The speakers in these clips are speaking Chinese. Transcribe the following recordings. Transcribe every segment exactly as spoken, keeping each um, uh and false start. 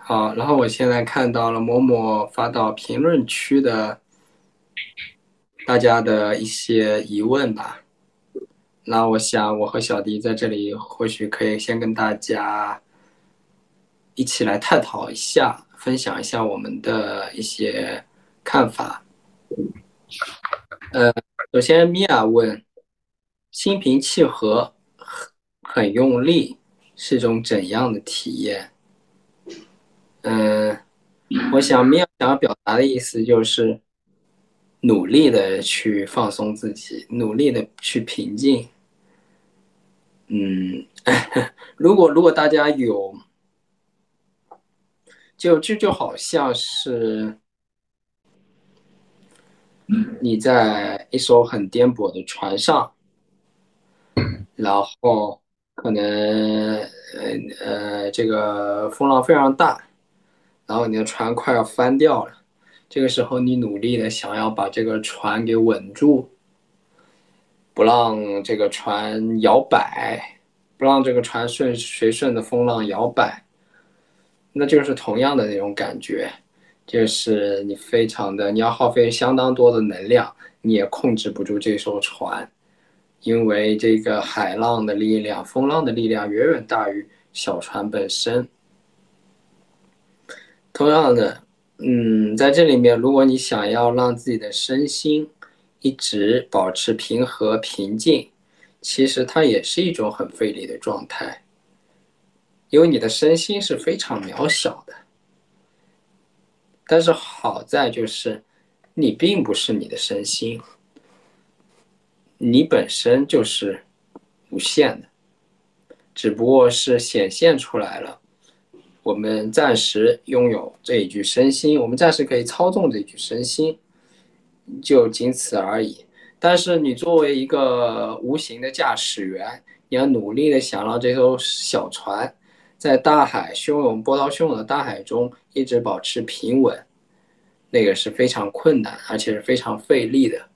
好，然后我现在看到了某某发到评论区的大家的一些疑问吧。那我想我和小迪在这里或许可以先跟大家一起来探讨一下，分享一下我们的一些看法。首先，米娅问：心平气和、很很用力是种怎样的体验？嗯，我想米娅想要表达的意思就是努力的去放松自己，努力的去平静。嗯，如果如果大家有，就就就好像是你在一艘很颠簸的船上，然后可能呃呃这个风浪非常大，然后你的船快要翻掉了。这个时候，你努力的想要把这个船给稳住，不让这个船摇摆，不让这个船顺随顺着风浪摇摆，那就是同样的那种感觉，就是你非常的，你要耗费相当多的能量，你也控制不住这艘船，因为这个海浪的力量、风浪的力量远远大于小船本身。同样的，嗯，在这里面，如果你想要让自己的身心一直保持平和平静，其实它也是一种很费力的状态，因为你的身心是非常渺小的。但是好在就是你并不是你的身心，你本身就是无限的，只不过是显现出来了。我们暂时拥有这一具身心，我们暂时可以操纵这一具身心，就仅此而已。但是你作为一个无形的驾驶员，你要努力的想让这艘小船在大海汹涌、波涛汹涌的大海中一直保持平稳，那个是非常困难，而且是非常费力的。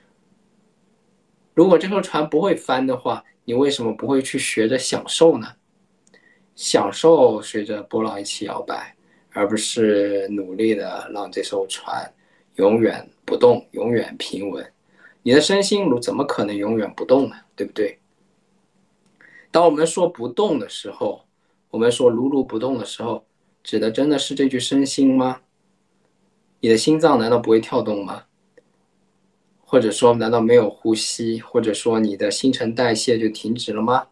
如果这艘船不会翻的话，你为什么不会去学着享受呢？享受随着波浪一起摇摆，而不是努力的让这艘船永远不动、永远平稳。你的身心怎么可能永远不动呢？对不对？当我们说不动的时候，我们说如如不动的时候，指的真的是这具身心吗？你的心脏难道不会跳动吗？或者说，难道没有呼吸？或者说，你的新陈代谢就停止了吗？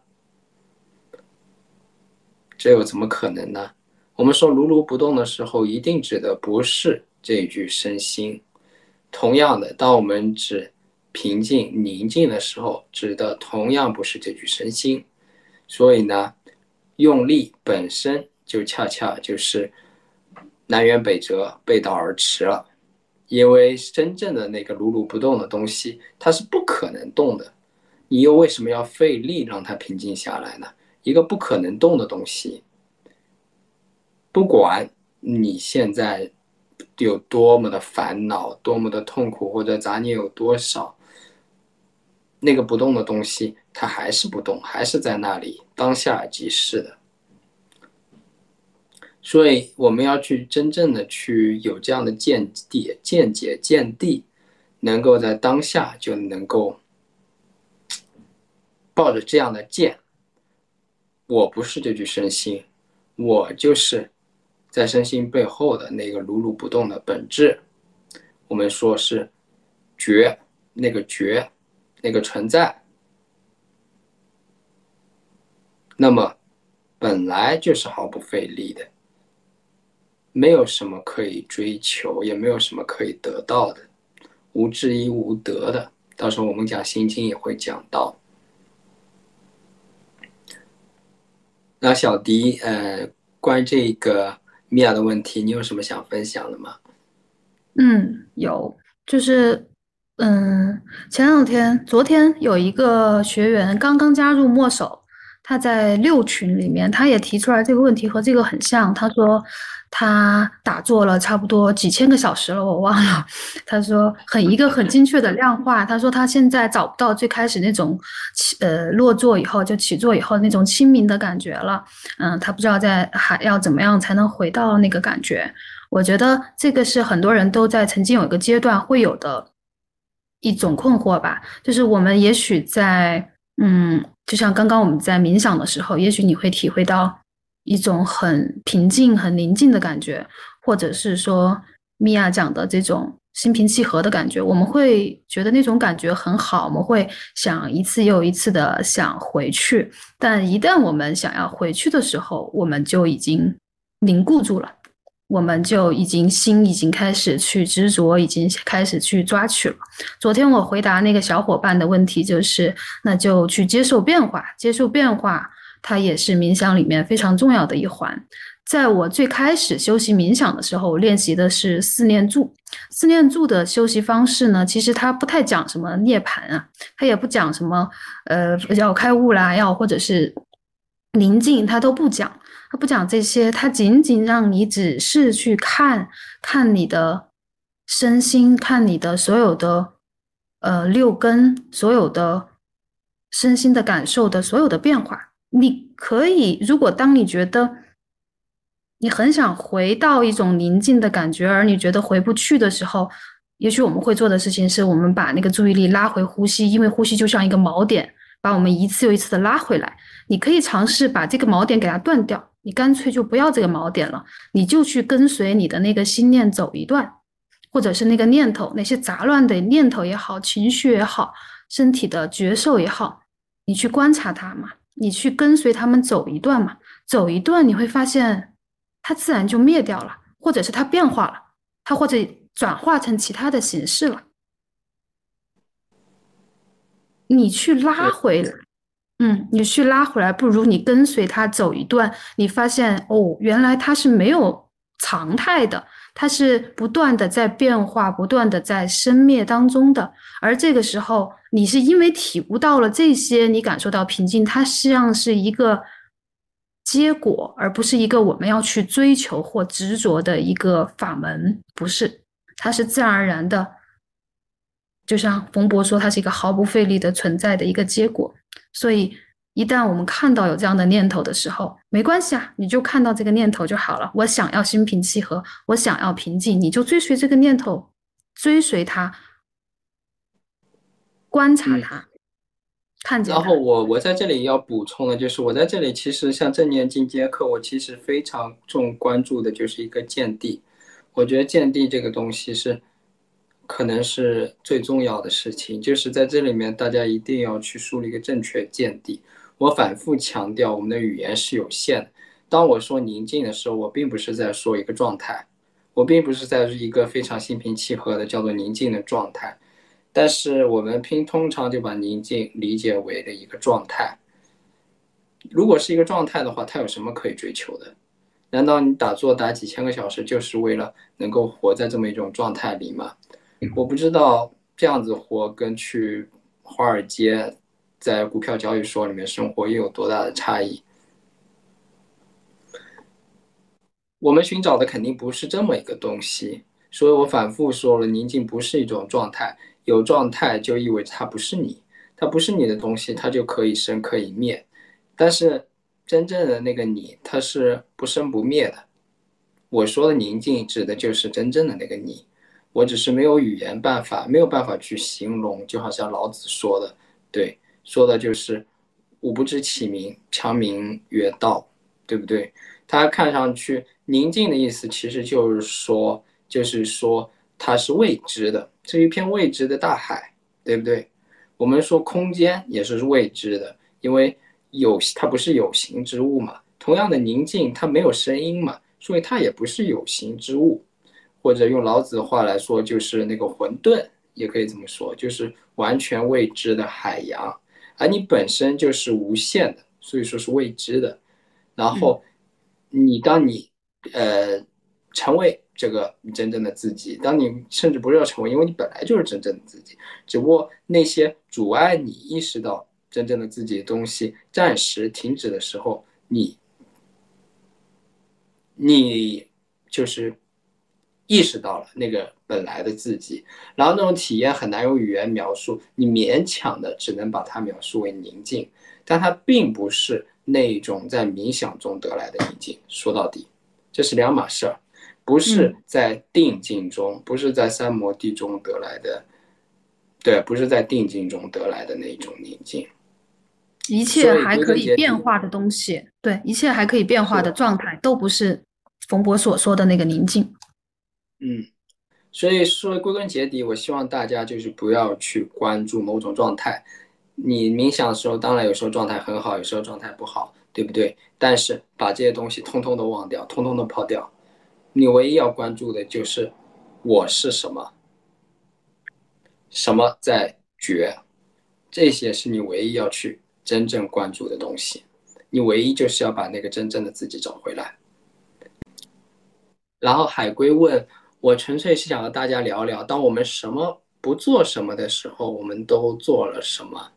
这又怎么可能呢？我们说如如不动的时候，一定指的不是这一具身心。同样的，当我们指平静宁静的时候，指的同样不是这具身心。所以呢，用力本身就恰恰就是南辕北辙、背道而驰了。因为真正的那个如如不动的东西，它是不可能动的。你又为什么要费力让它平静下来呢？一个不可能动的东西，不管你现在有多么的烦恼、多么的痛苦或者杂念有多少，那个不动的东西，它还是不动，还是在那里，当下即是的。所以我们要去真正的去有这样的见地、见解、见地，能够在当下就能够抱着这样的剑，我不是这具身心，我就是在身心背后的那个如如不动的本质。我们说是觉，那个觉，那个存在，那么本来就是毫不费力的，没有什么可以追求，也没有什么可以得到的，无知亦无得的。到时候我们讲《心经》也会讲到。那小迪，呃，关于这个米娅的问题，你有什么想分享的吗？ 嗯，有，就是，嗯，前两天，昨天有一个学员刚刚加入墨手， 他在六群里面，他也提出来这个问题，和这个很像。他说他打坐了差不多几千个小时了，我忘了。他说很一个很精确的量化。他说他现在找不到最开始那种起呃落座以后就起坐以后那种清明的感觉了。嗯，他不知道在还要怎么样才能回到那个感觉。我觉得这个是很多人都在曾经有一个阶段会有的一种困惑吧，就是我们也许在嗯，就像刚刚我们在冥想的时候，也许你会体会到一种很平静、很宁静的感觉，或者是说米娅讲的这种心平气和的感觉，我们会觉得那种感觉很好，我们会想一次又一次的想回去，但一旦我们想要回去的时候，我们就已经凝固住了。我们就已经心已经开始去执着，已经开始去抓取了。昨天我回答那个小伙伴的问题就是，那就去接受变化，接受变化，它也是冥想里面非常重要的一环。在我最开始修习冥想的时候，我练习的是四念住。四念住的修习方式呢，其实它不太讲什么涅槃啊，它也不讲什么呃要开悟啦，要或者是宁静，它都不讲。他不讲这些，他仅仅让你只是去看看你的身心，看你的所有的呃六根，所有的身心的感受的所有的变化。你可以，如果当你觉得你很想回到一种宁静的感觉，而你觉得回不去的时候，也许我们会做的事情是我们把那个注意力拉回呼吸，因为呼吸就像一个锚点，把我们一次又一次的拉回来。你可以尝试把这个锚点给它断掉，你干脆就不要这个锚点了，你就去跟随你的那个心念走一段，或者是那个念头，那些杂乱的念头也好，情绪也好，身体的觉受也好，你去观察它嘛，你去跟随他们走一段嘛，走一段你会发现它自然就灭掉了，或者是它变化了，它或者转化成其他的形式了，你去拉对， 回来。嗯，你去拉回来，不如你跟随他走一段，你发现哦，原来他是没有常态的，它是不断的在变化，不断的在生灭当中的。而这个时候，你是因为体悟到了这些，你感受到平静，它实际上是一个结果，而不是一个我们要去追求或执着的一个法门，不是，它是自然而然的。就像冯博说，它是一个毫不费力的存在的一个结果。所以，一旦我们看到有这样的念头的时候，没关系啊，你就看到这个念头就好了。我想要心平气和，我想要平静，你就追随这个念头，追随它，观察嗯。 它，看见然后它。 我我在这里要补充的就是，我在这里其实像正念进阶课，我其实非常重关注的就是一个见地。我觉得见地这个东西是可能是最重要的事情，就是在这里面大家一定要去树立一个正确见地。我反复强调，我们的语言是有限的。当我说宁静的时候，我并不是在说一个状态，我并不是在一个非常心平气和的叫做宁静的状态。但是我们拼通常就把宁静理解为了一个状态。如果是一个状态的话，它有什么可以追求的？难道你打坐打几千个小时就是为了能够活在这么一种状态里吗？我不知道这样子活跟去华尔街在股票交易所里面生活又有多大的差异。我们寻找的肯定不是这么一个东西，所以我反复说了，宁静不是一种状态，有状态就意味着它不是你，它不是你的东西，它就可以生可以灭。但是真正的那个你，它是不生不灭的。我说的宁静指的就是真正的那个你，我只是没有语言办法，没有办法去形容，就好像老子说的，对，说的就是"吾不知其名，强名曰道"，对不对？它看上去宁静的意思，其实就是说，就是说它是未知的，是一片未知的大海，对不对？我们说空间也是未知的，因为有它不是有形之物嘛。同样的宁静，它没有声音嘛，所以它也不是有形之物。或者用老子的话来说，就是那个混沌，也可以这么说，就是完全未知的海洋。而你本身就是无限的，所以说是未知的。然嗯后你当你呃成为这个真正的自己，当你甚至不是要成为，因为你本来就是真正的自己，只不过那些阻碍你意识到真正的自己的东西暂时停止的时候，你你就是意识到了那个本来的自己，然后那种体验很难用语言描述，你勉强的只能把它描述为宁静，但它并不是那种在冥想中得来的宁静。说到底，这是两码事儿，不是嗯， 在定境中，不是在三摩地中得来的，对，不是在定境中得来的那种宁静。 一切所以还可以归根结底， 变化的东西，对，一切还可以变化的是的， 状态，都不是冯博所说的那个宁静。 嗯。所以说，归根结底，我希望大家就是不要去关注某种状态。你冥想的时候，当然有时候状态很好，有时候状态不好，对不对？但是把这些东西通通都忘掉，通通都抛掉。你唯一要关注的就是我是什么，什么在觉，这些是你唯一要去真正关注的东西。你唯一就是要把那个真正的自己找回来。然后海龟问我，纯粹是想和大家聊聊，当我们什么不做什么的时候，我们都做了什么。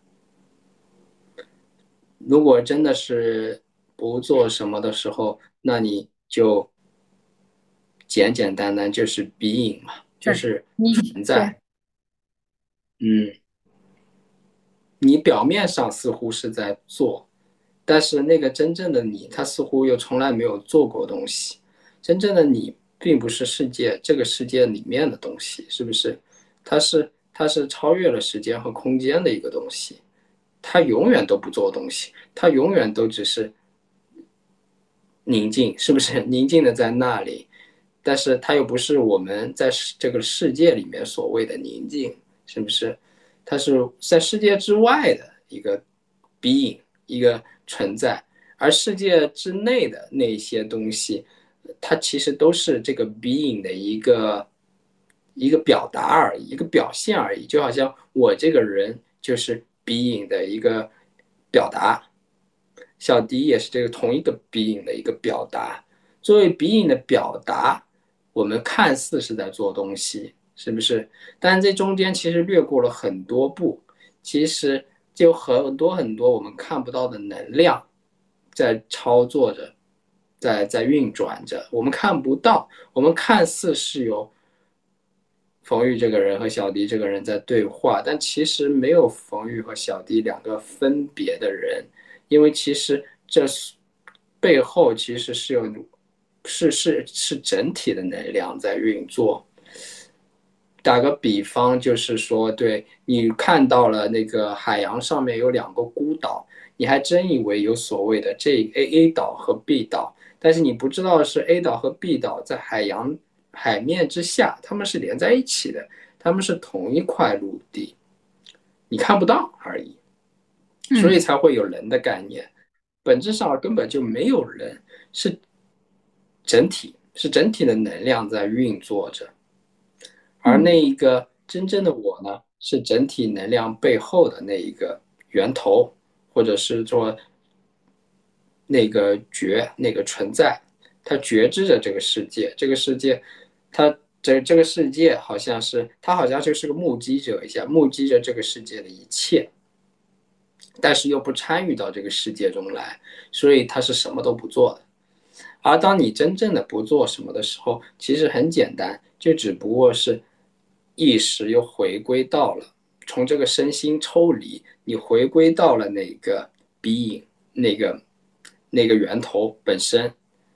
如果真的是不做什么的时候，那你就简简单单就是 being 嘛，就对， 是你对， 存在。嗯，你表面上似乎是在做，但是那个真正的你，他似乎又从来没有做过东西。真正的你，并不是世界这个世界里面的东西，是不是？它是它是超越了时间和空间的一个东西，它永远都不做东西，它永远都只是宁静，是不是？宁静的在那里，但是它又不是我们在这个世界里面所谓的宁静，是不是？它是在世界之外的一个 being，一个存在，而世界之内的那些东西，它其实都是这个 being 的一个一个表达而已，一个表现而已。就好像我这个人就是 being 的一个表达，小迪也是这个同一个 being 的一个表达。作为 being 的表达，我们看似是在做东西，是不是？但这中间其实略过了很多步，其实就很多很多我们看不到的能量在操作着，在在运转着，我们看不到，我们看似是有冯玉这个人和小迪这个人在对话，但其实没有冯玉和小迪两个分别的人，因为其实这背后其实是有是是是整体的能量在运作。打个比方，就是说，对你看到了那个海洋上面有两个孤岛，你还真以为有所谓的这 A A 岛和 B 岛，但是你不知道的是 A 岛和 B 岛在海洋海面之下，它们是连在一起的，它们是同一块陆地，你看不到而已，所以嗯才会有人的概念。本质上根本就没有人，是整体，是整体的能量在运作着。而那嗯一个真正的我呢，是整体能量背后的那一个源头，或者是说那个觉、那个存在，它觉知着这个世界，这个世界，它这这个世界好像是它好像就是个目击者一样，目击着这个世界的一切，但是又不参与到这个世界中来，所以它是什么都不做的。而当你真正的不做什么的时候，其实很简单，就只不过是意识又回归到了从这个身心抽离，你回归到了那个 being 那个那个源头本身，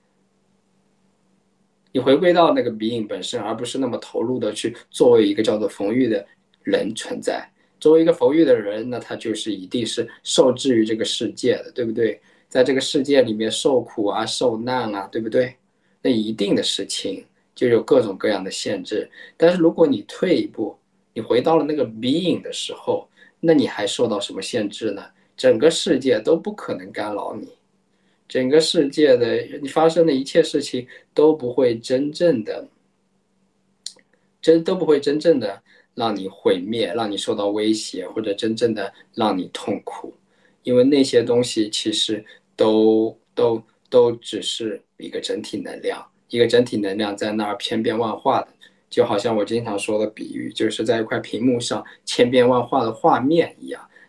你回归到那个 being 本身，而不是那么投入的去作为一个叫做冯玉的人存在。作为一个冯玉的人，那他就是一定是受制于这个世界的，对不对？在这个世界里面受苦啊、受难啊，对不对？那一定的事情就有各种各样的限制。但是如果你退一步，你回到了那个 being 的时候，那你还受到什么限制呢？整个世界都不可能干扰你。整个世界的你发生的一切事情都不会真正的真都不会真正的让你毁灭，让你受到威胁，或者真正的让你痛苦，因为那些东西其实都都都只是一个整体能量，一个整体能量在那儿千变万化的，就好像我经常说的比喻，就是在一块屏幕上千变万化的画面一样。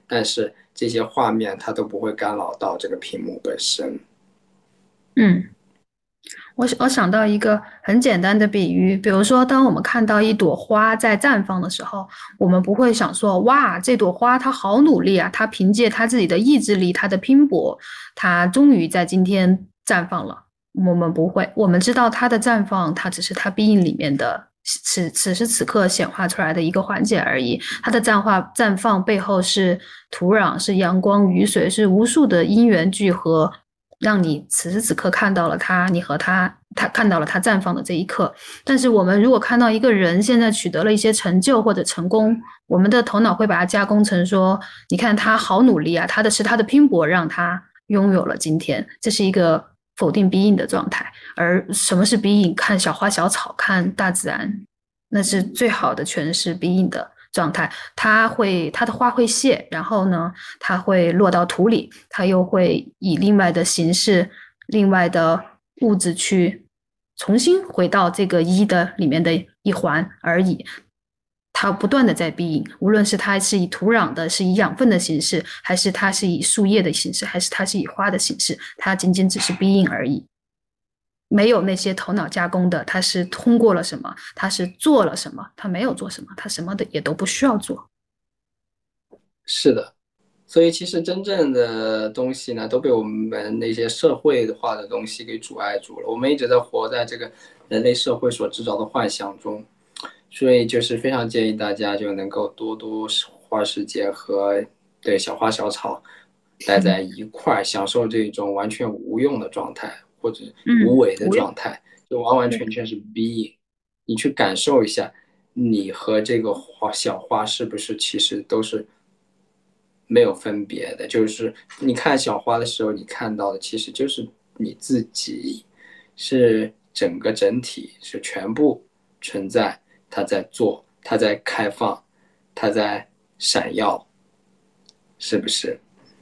但是这些画面它都不会干扰到这个屏幕本身。 嗯。我我想到一个很简单的比喻，比如说，当我们看到一朵花在绽放的时候，我们不会想说，哇，这朵花它好努力啊，它凭借它自己的意志力，它的拼搏，它终于在今天绽放了。我们不会，我们知道它的绽放，它只是它 being 里面的此此时此刻显化出来的一个环节而已。它的绽化绽放背后是土壤，是阳光、雨水，是无数的因缘聚合。让你此时此刻看到了他，你和他，他看到了他绽放的这一刻。但是我们如果看到一个人现在取得了一些成就或者成功，我们的头脑会把它加工成说，你看他好努力啊，他的是他的拼搏让他拥有了今天，这是一个否定 being 的状态。而什么是 being？看小花小草，看大自然，那是最好的诠释 being 的状态。它会，它的花会谢，然后呢，它会落到土里，它又会以另外的形式、另外的物质去重新回到这个一的里面的一环而已。它不断的在 being，无论是它是以土壤的、是以养分的形式，还是它是以树叶的形式，还是它是以花的形式，它仅仅只是 being 而已。没有那些头脑加工的，他是通过了什么，他是做了什么，他没有做什么，他什么的也都不需要做。 是的，所以其实真正的东西呢，都被我们那些社会化的东西给阻碍住了。我们一直在活在这个人类社会所制造的幻想中，所以就是非常建议大家就能够多多花时间和对小花小草待在一块儿，享受这种完全无用的状态或者无嗯， 为的无用。 状态，就完完对， 全全是 being。你去感受一下，你和这个花小花是不是其实都是没有分别的？就是你看小花的时候，你看到的其实就是你自己，是整个整体，是全部存在，它在做，它在开放，它在闪耀，是不是？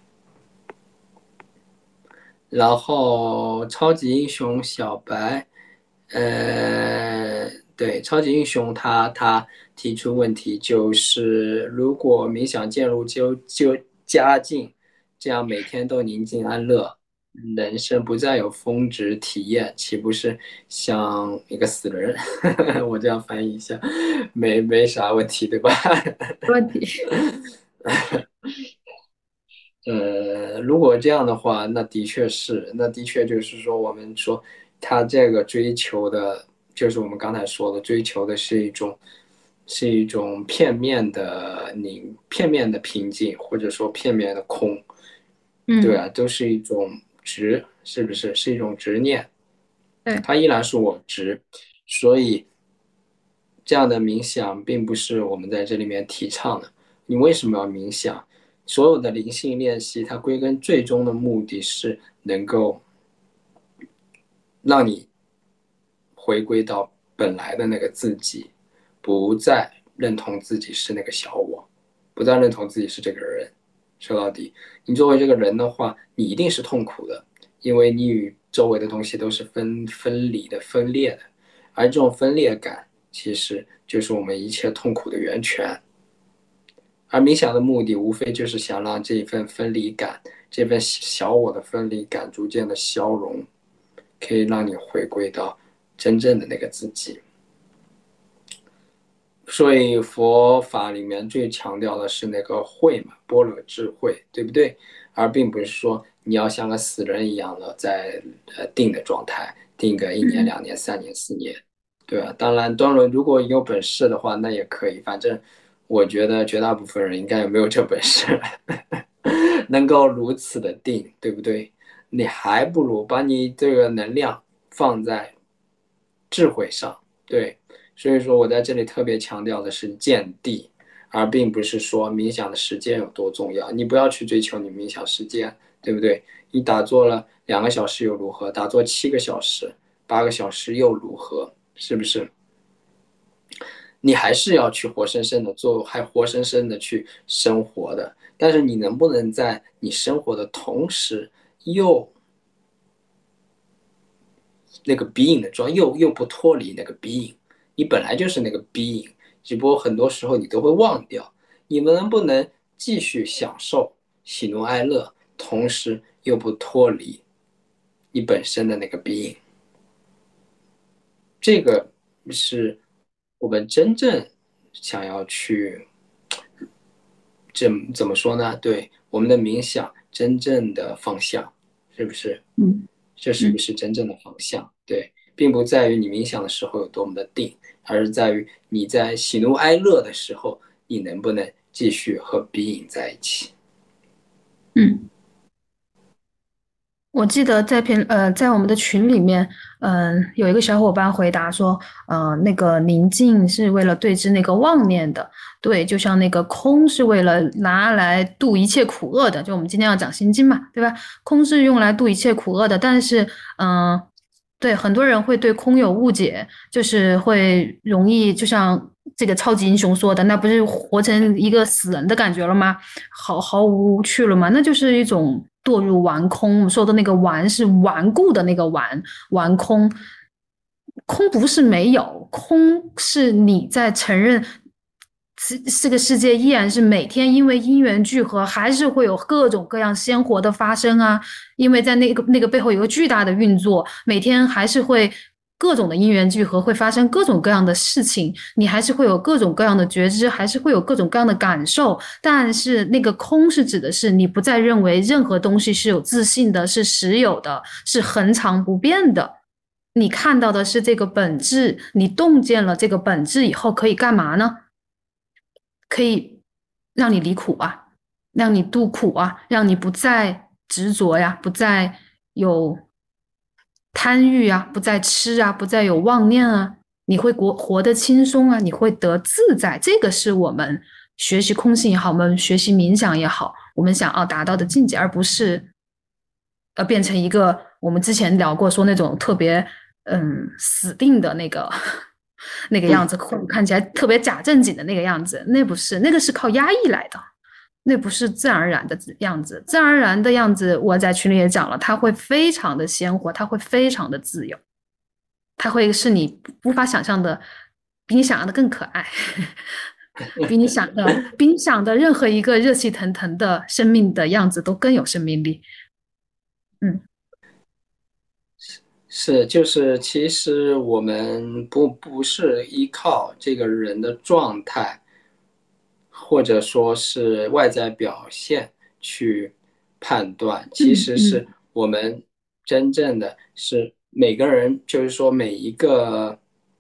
然后超级英雄小白，呃，对，超级英雄他他提出问题就是，如果冥想渐入就就佳境，这样每天都宁静安乐，人生不再有峰值体验，岂不是像一个死人？我这样翻译一下，没没啥问题，对吧？ 没问题。 呃，如果这样的话，那的确是，那的确就是说，我们说他这个追求的，就是我们刚才说的，追求的是一种，是一种片面的宁，片面的平静，或者说片面的空，对嗯， 啊，都是一种执，是不是？是一种执念， 对。 它依然是我执，所以这样的冥想并不是我们在这里面提倡的。你为什么要冥想？所有的灵性练习，它归根最终的目的是能够让你回归到本来的那个自己，不再认同自己是那个小我，不再认同自己是这个人。说到底，你作为这个人的话，你一定是痛苦的，因为你与周围的东西都是分分离的、分裂的，而这种分裂感其实就是我们一切痛苦的源泉。而冥想的目的无非就是想让这一份分离感，这份小我的分离感逐渐的消融，可以让你回归到真正的那个自己。所以佛法里面最强调的是那个慧嘛，般若智慧，对不对？而并不是说你要像个死人一样的在呃定的状态，定个一年、 嗯。 两年、三年、四年，对吧？当然，当然，如果有本事的话，那也可以。反正我觉得绝大部分人应该也没有这本事，能够如此的定，对不对？你还不如把你这个能量放在智慧上，对。所以说我在这里特别强调的是见地，而并不是说冥想的时间有多重要。你不要去追求你冥想时间，对不对？你打坐了两个小时又如何？打坐七个小时、八个小时又如何？是不是？你还是要去活生生的做，还活生生的去生活的。但是你能不能在你生活的同时，又那个 being 的状，又又不脱离那个 being，你本来就是那个 being，只不过很多时候你都会忘掉。你们能不能继续享受喜怒哀乐，同时又不脱离你本身的那个 being。这个是我们真正想要去怎怎么说呢？对我们的冥想真正的方向，是不是？ 嗯这是不嗯。 是真正的方向？对，并不在于你冥想的时候有多么的定，而是在于你在喜怒哀乐的时候，你能不能继续和鼻影在一起。 嗯，我记得在篇呃，在我们的群里面，嗯、有一个小伙伴回答说，呃，那个宁静是为了对治那个妄念的，对，就像那个空是为了拿来度一切苦厄的，就我们今天要讲心经嘛，对吧？空是用来度一切苦厄的，但是，嗯、对，很多人会对空有误解，就是会容易，就像这个超级英雄说的，那不是活成一个死人的感觉了吗？毫毫无趣了吗？那就是一种堕入玩空。我们说的那个玩是顽固的那个玩，玩空。空不是没有，空是你在承认这这个世界依然是每天因为因缘聚合，还是会有各种各样鲜活的发生啊。因为在那个那个背后有个巨大的运作，每天还是会各种的因缘聚合，会发生各种各样的事情，你还是会有各种各样的觉知，还是会有各种各样的感受。但是那个空是指的是你不再认为任何东西是有自信的，是实有的，是恒常不变的。你看到的是这个本质，你洞见了这个本质以后可以干嘛呢？可以让你离苦啊，让你度苦啊，让你不再执着呀，不再有贪欲啊，不再吃啊，不再有妄念啊，你会活活得轻松啊，你会得自在。这个是我们学习空性也好，我们学习冥想也好，我们想要达到的境界，而不是呃变成一个我们之前聊过说那种特别嗯死定的那个那个样子，看起来特别假正经的那个样子，那不是，那个是靠压抑来的。那不是自然而然的样子，自然而然的样子，我在群里也讲了，它会非常的鲜活，它会非常的自由，它会是你无法想象的，比你想象的更可爱，比你想的，比你想的任何一个热气腾腾的生命的样子都更有生命力。嗯是，就是其实我们不不是依靠这个人的状态，或者说是外在表现去判断，其实是嗯嗯我们真正的是每个人，就是说每一个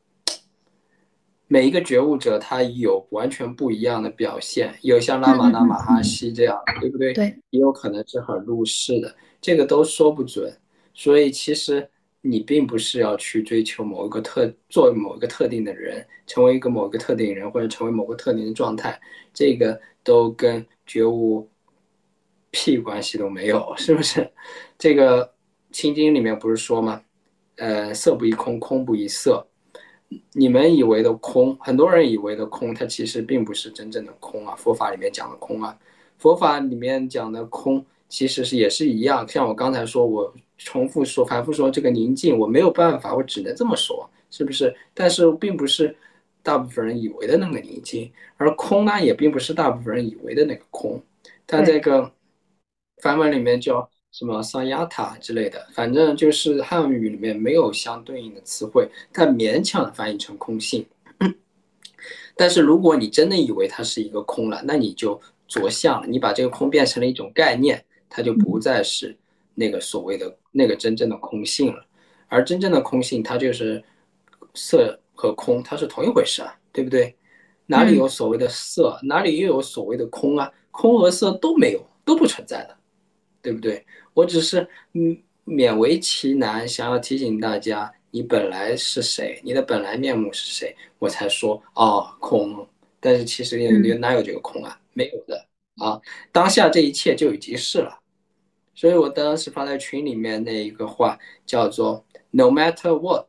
每一个觉悟者，他有完全不一样的表现，有像拉玛那嗯嗯嗯马哈嗯， 希这样的，对不对？ 对， 也有可能是很入世的，这个都说不准。所以其实你并不是要去追求某一个特，做某一个特定的人，成为一个某一个特定的人，或者成为某个特定的状态，这个都跟觉悟屁关系都没有，是不是？这个《心经》里面不是说吗？呃，色不异空，空不异色。你们以为的空，很多人以为的空，它其实并不是真正的空啊。佛法里面讲的空啊，佛法里面讲的空，其实是也是一样。像我刚才说，我重复说、反复说这个宁静，我没有办法，我只能这么说，是不是？但是并不是大部分人以为的那个宁静，而空呢，也并不是大部分人以为的那个空。它这对， 个梵文里面叫什么桑亚塔之类的，反正就是汉语里面没有相对应的词汇，它勉强的翻译成空性。但是如果你真的以为它是一个空了，那你就着相了，你把这个空变成了一种概念，它就不嗯再是那个所谓的那个真正的空性了。而真正的空性，它就是色和空，它是同一回事啊，对不对？哪里有嗯所谓的色，哪里又有所谓的空啊？空和色都没有，都不存在的。对不对？我只是嗯勉为其难，想要提醒大家，你本来是谁，你的本来面目是谁，我才说哦空。但是其实有有嗯， 哪有这个空啊？没有的啊，当下这一切就已经是了。所以我当时发在群里面那一个话叫做 "No matter what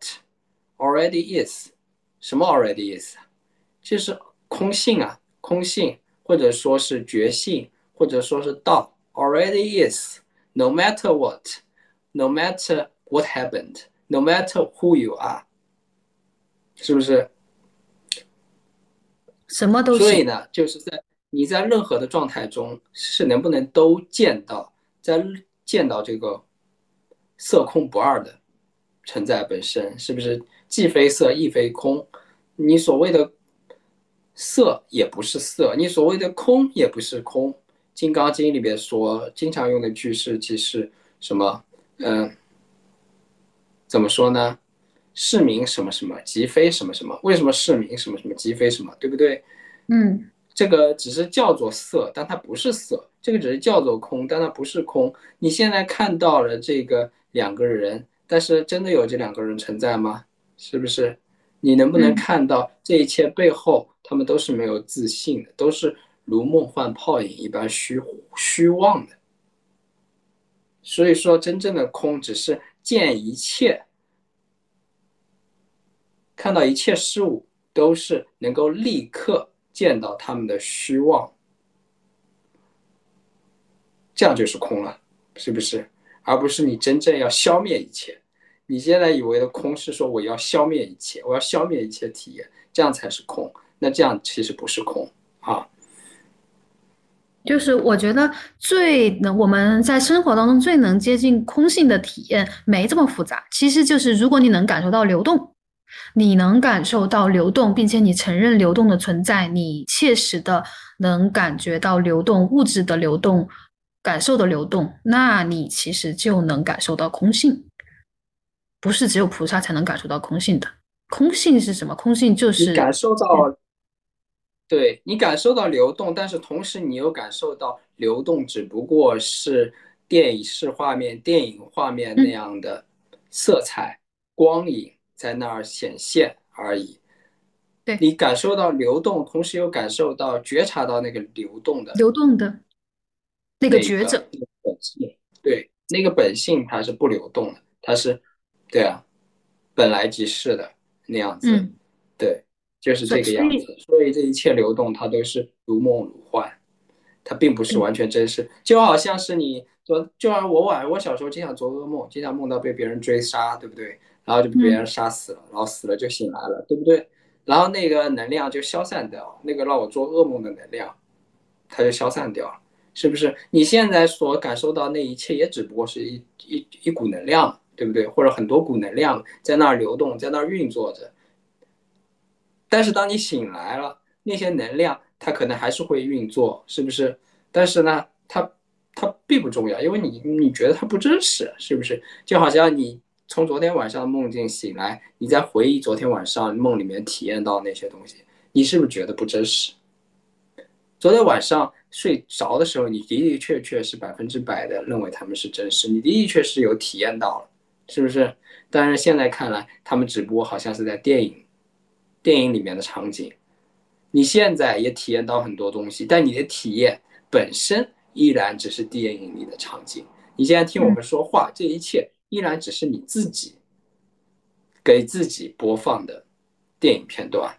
already is"，什么 already is？就是空性啊，空性，或者说是觉性，或者说是道，already is，no matter what，no matter what happened，no matter who you are，是不是？ 什么都行。 所以呢，就是在你在任何的状态中是能不能都见到，在见到这个色空不二的存在本身，是不是既非色亦非空？你所谓的色也不是色，你所谓的空也不是空。《金刚经》里边说，经常用的句式即是什么？嗯、呃，怎么说呢？是名什么什么，即非什么什么。为什么是名什么什么，即非什么？对不对？ 嗯这个只是叫做色，但它不是色；这个只是叫做空，但它不是空。你现在看到了这个两个人，但是真的有这两个人存在吗？是不是？你能不能嗯， 看到这一切背后，他们都是没有自信的，都是如梦幻泡影一般虚虚妄的。所以说，真正的空只是见一切，看到一切事物，都是能够立刻见到他们的虚妄，这样就是空了，是不是？而不是你真正要消灭一切。你现在以为的空是说我要消灭一切，我要消灭一切体验，这样才是空。那这样其实不是空啊。 就是我觉得最能我们在生活当中最能接近空性的体验，没这么复杂。其实就是如果你能感受到流动，你能感受到流动，并且你承认流动的存在，你切实的能感觉到流动，物质的流动，感受的流动，那你其实就能感受到空性。不是只有菩萨才能感受到空性的。空性是什么？空性就是你感受到，对，你感受到流动，但是同时你又感受到流动只不过是电影式画面、电影画面那嗯， 样的色彩、光影在那儿显现而已。 对， 你感受到流动，同时又感受到觉察到那个流动的流动的那个那个觉着。 本性，对，那个本性它是不流动的，它是，对啊，本来即是的那样子， 嗯， 对，就是所以这个样子。 所以所以这一切流动，它都是如梦如幻，它并不是对， 完全真实。就好像是你昨，就像我晚，我小时候经常做噩梦，经常梦到被别人追杀，对不对？然后就被别人嗯杀死了，然后死了就醒来了，对不对？然后那个能量就消散掉，那个让我做噩梦的能量，它就消散掉了。是不是？你现在所感受到那一切，也只不过是一一一股能量，对不对？或者很多股能量在那儿流动，在那儿运作着。但是当你醒来了，那些能量它可能还是会运作，是不是？但是呢，它它并不重要，因为你你觉得它不真实，是不是？就好像你从昨天晚上梦境醒来，你在回忆昨天晚上梦里面体验到那些东西，你是不是觉得不真实？昨天晚上睡着的时候，你的的确确是百分之百的认为他们是真实，你的的确是有体验到了，是不是？但是现在看来，他们只不过好像是在电影电影里面的场景。你现在也体验到很多东西，但你的体验本身依然只是电影里的场景。你现在听我嗯们说话，这一切依然只是你自己给自己播放的电影片段。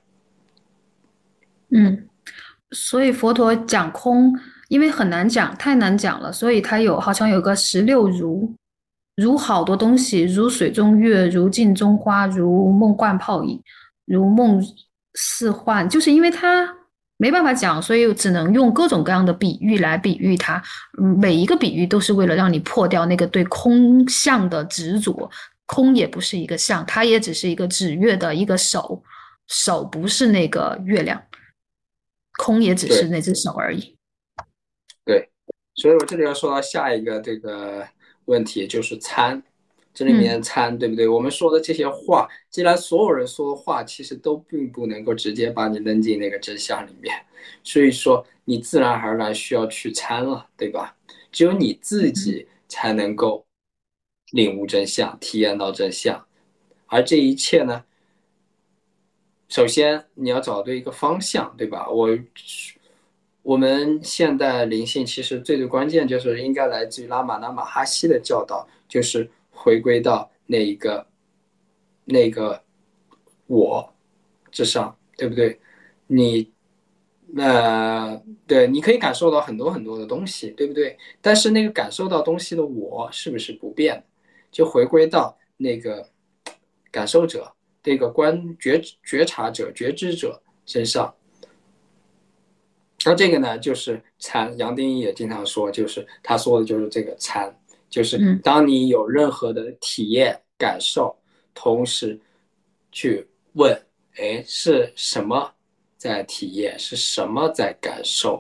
嗯，所以佛陀讲空，因为很难讲，太难讲了，所以他有好像有个十六如，如好多东西，如水中月，如镜中花，如梦幻泡影，如梦似幻，就是因为他没办法讲，所以只能用各种各样的比喻来比喻它。嗯，每一个比喻都是为了让你破掉那个对空相的执着。空也不是一个相，它也只是一个指月的一个手，手不是那个月亮。空也只是对， 那只手而已。 对，所以我这里要说到下一个这个问题，就是参，这里面嗯参，对不对？我们说的这些话，既然所有人说的话，其实都并不能够直接把你扔进那个真相里面，所以说你自然而然需要去参了，对吧？只有你自嗯己才能够领悟真相，体验到真相，而这一切呢？首先你要找对一个方向，对吧？我我们现代灵性其实最最关键就是应该来自于拉玛那马哈希的教导，就是回归到那一个那个我之上，对不对？你呃，对，你可以感受到很多很多的东西，对不对？但是那个感受到东西的我是不是不变？就回归到那个感受者、这个观觉觉察者、觉知者身上。 那这个呢，就是参。杨定一也经常说，就是他说的就是这个参，就是嗯， 当你有任何的体验感受，同时去问，哎，是什么在体验，是什么在感受，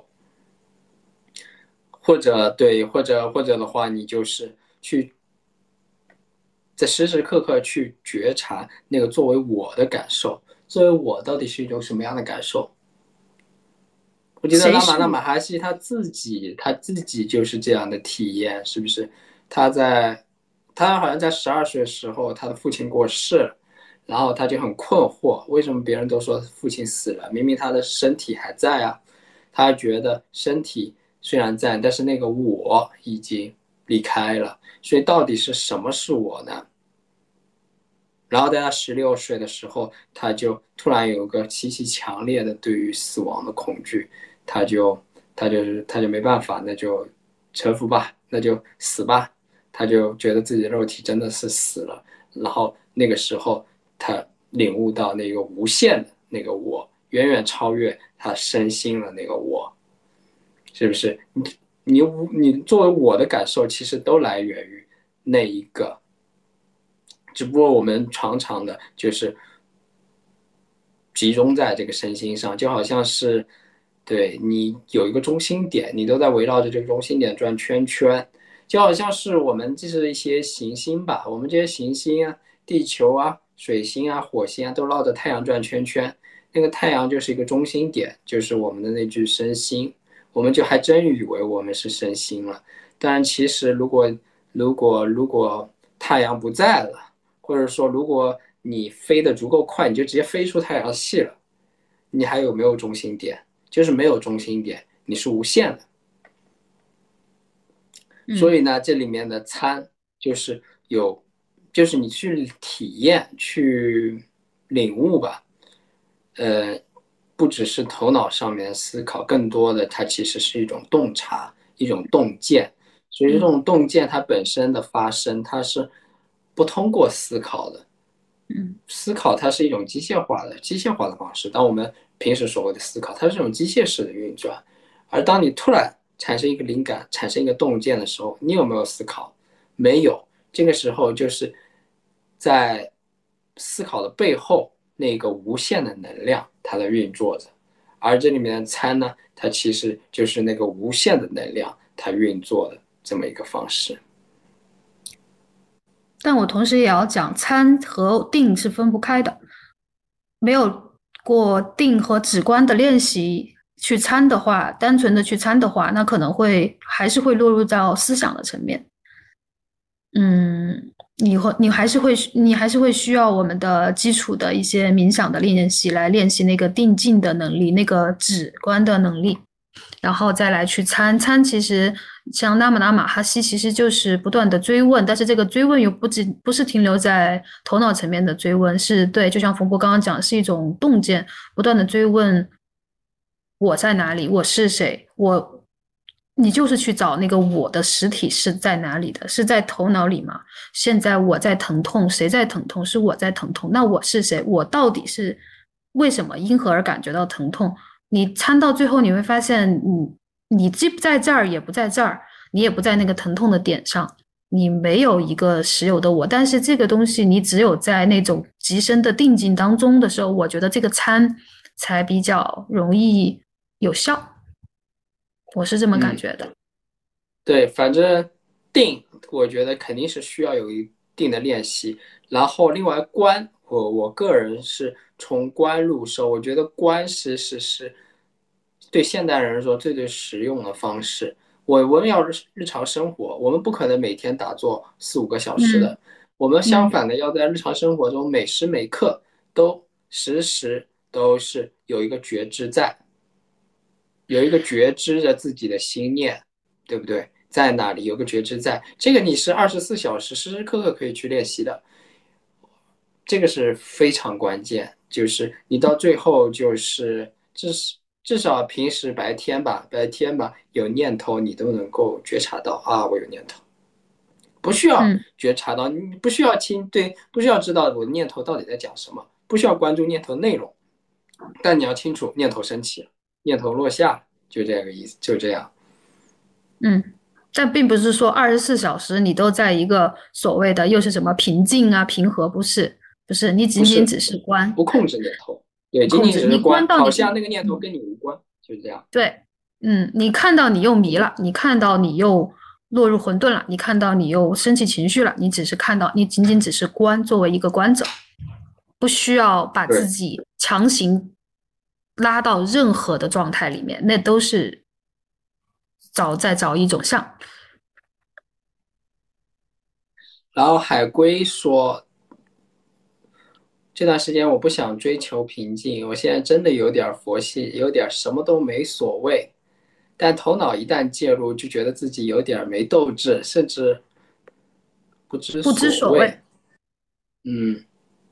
或者对，或者或者的话，你就是去在时时刻刻去觉察那个作为我的感受，作为我到底是一种什么样的感受。我觉得拉玛那谁是我？ 马哈希他自己他自己就是这样的体验，是不是？他在他好像在十二岁的时候，他的父亲过世了，然后他就很困惑，为什么别人都说父亲死了，明明他的身体还在啊？他觉得身体虽然在，但是那个我已经离开了，所以到底是什么是我呢？然后在他十六岁的时候，他就突然有个极其强烈的对于死亡的恐惧，他就他就是他就没办法，那就臣服吧，那就死吧。他就觉得自己的肉体真的是死了，然后那个时候他领悟到那个无限的那个我，远远超越他身心的那个我，是不是？你你你作为我的感受，其实都来源于那一个。只不过我们常常的就是集中在这个身心上，就好像是对你有一个中心点，你都在围绕着这个中心点转圈圈，就好像是我们就是一些行星吧，我们这些行星啊，地球啊、水星啊、火星啊，都绕着太阳转圈圈，那个太阳就是一个中心点，就是我们的那具身心，我们就还真以为我们是身心了。但其实如果如果如果太阳不在了，或者说如果你飞得足够快，你就直接飞出太阳系了，你还有没有中心点？就是没有中心点，你是无限的。所嗯。 以呢，这里面的参就是有，就是你去体验、去领悟吧。呃，不只是头脑上面的思考，更多的它其实是一种洞察，一种洞见。所以这嗯种洞见它本身的发生，它是不通过思考的。 嗯思考它是一种机械化的、机械化的方式。当我们平时所谓的思考，它是这种机械式的运转。而当你突然产生一个灵感、产生一个洞见的时候，你有没有思考？没有。这个时候就是在思考的背后那个无限的能量，它在运作着。而这里面的参呢，它其实就是那个无限的能量，它运作的这么一个方式。 但我同时也要讲，参和定是分不开的。没有过定和直观的练习去参的话，单纯的去参的话，那可能会还是会落入到思想的层面。嗯，你会你还是会你还是会需要我们的基础的一些冥想的练习来练习那个定静的能力，那个止观的能力。然后再来去参参，其实像纳姆达马哈西，其实就是不断的追问，但是这个追问又不只不是停留在头脑层面的追问，是对，就像冯波刚刚讲，是一种洞见，不断的追问我在哪里，我是谁，我，你就是去找那个我的实体是在哪里的，是在头脑里吗？现在我在疼痛，谁在疼痛？是我在疼痛，那我是谁？我到底是为什么因何而感觉到疼痛？你参到最后，你会发现你，你既不在这儿，也不在这儿，你也不在那个疼痛的点上，你没有一个实有的我。但是这个东西，你只有在那种极深的定境当中的时候，我觉得这个参才比较容易有效，我是这么感嗯。 觉的。 对，反正定，我觉得肯定是需要有一定的练习。然后，另外观，我我个人是从观入手，我觉得观是是是对现代人说最最实用的方式。我我们要日日常生活，我们不可能每天打坐四五个小时嗯的，我们相嗯反的要在日常生活中每时每刻都时时都是有一个觉知在。有一个觉知着自己的心念，对不对？在哪里有个觉知在，这个你是二十四小时时时刻刻可以去练习的，这个是非常关键。就是你到最后就是至至少平时白天吧，白天吧有念头你都能够觉察到啊，我有念头，不需要嗯觉察到，你不需要听，对，不需要知道我的念头到底在讲什么，不需要关注念头内容，但你要清楚念头升起了，念头落下了。 就这个意思，就这样。 嗯，但并不是说二十四小时你都在一个所谓的又是什么平静啊、平和，不是，不是，你不是仅仅只是关， 不控制念头，对，仅仅不控制，你只是关， 关到你不， 好像那个念头嗯， 跟你无关，就这样。 对，嗯，你看到你又迷了，你看到你又落入混沌了，你看到你又生气情绪了，你只是看到，你仅仅只是观，作为一个观者，不需要把自对， 己强行拉到任何的状态里面，那都是找在找一种像。 然后海龟说，这段时间我不想追求平静，我现在真的有点佛系，有点什么都没所谓。但头脑一旦介入，就觉得自己有点没斗志，甚至不知不知所谓。 所谓。 嗯，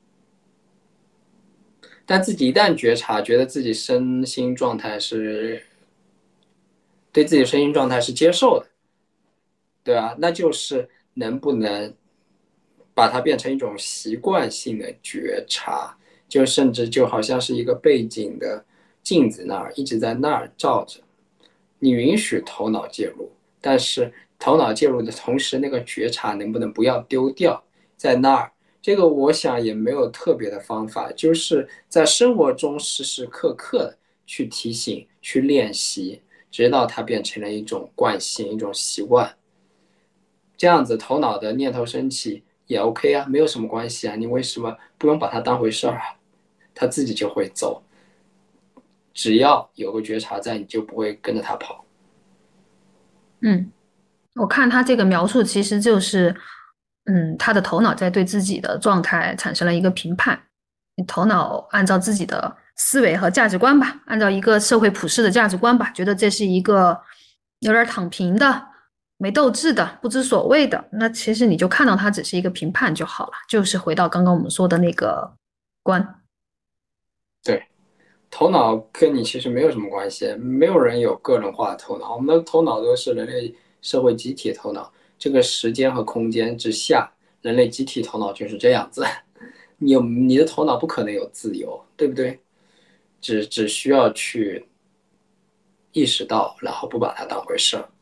但自己一旦觉察，觉得自己身心状态是对自己身心状态是接受的，对啊，那就是能不能把它变成一种习惯性的觉察，就甚至就好像是一个背景的镜子那儿一直在那儿照着。你允许头脑介入，但是头脑介入的同时，那个觉察能不能不要丢掉在那儿？这个我想也没有特别的方法，就是在生活中时时刻刻的去提醒、去练习，直到它变成了一种惯性、一种习惯。这样子，头脑的念头升起也 OK 啊，没有什么关系啊。你为什么不用把它当回事儿啊？它自己就会走，只要有个觉察在，你就不会跟着它跑。 嗯。我看他这个描述，其实就是，嗯，他的头脑在对自己的状态产生了一个评判。你头脑按照自己的思维和价值观吧，按照一个社会普世的价值观吧，觉得这是一个有点躺平的、没斗志的、不知所谓的。那其实你就看到它只是一个评判就好了，就是回到刚刚我们说的那个观。 对。头脑跟你其实没有什么关系，没有人有个人化的头脑，我们的头脑都是人类社会集体头脑。这个时间和空间之下，人类集体头脑就是这样子。你有你的头脑不可能有自由，对不对？只只需要去意识到，然后不把它当回事儿。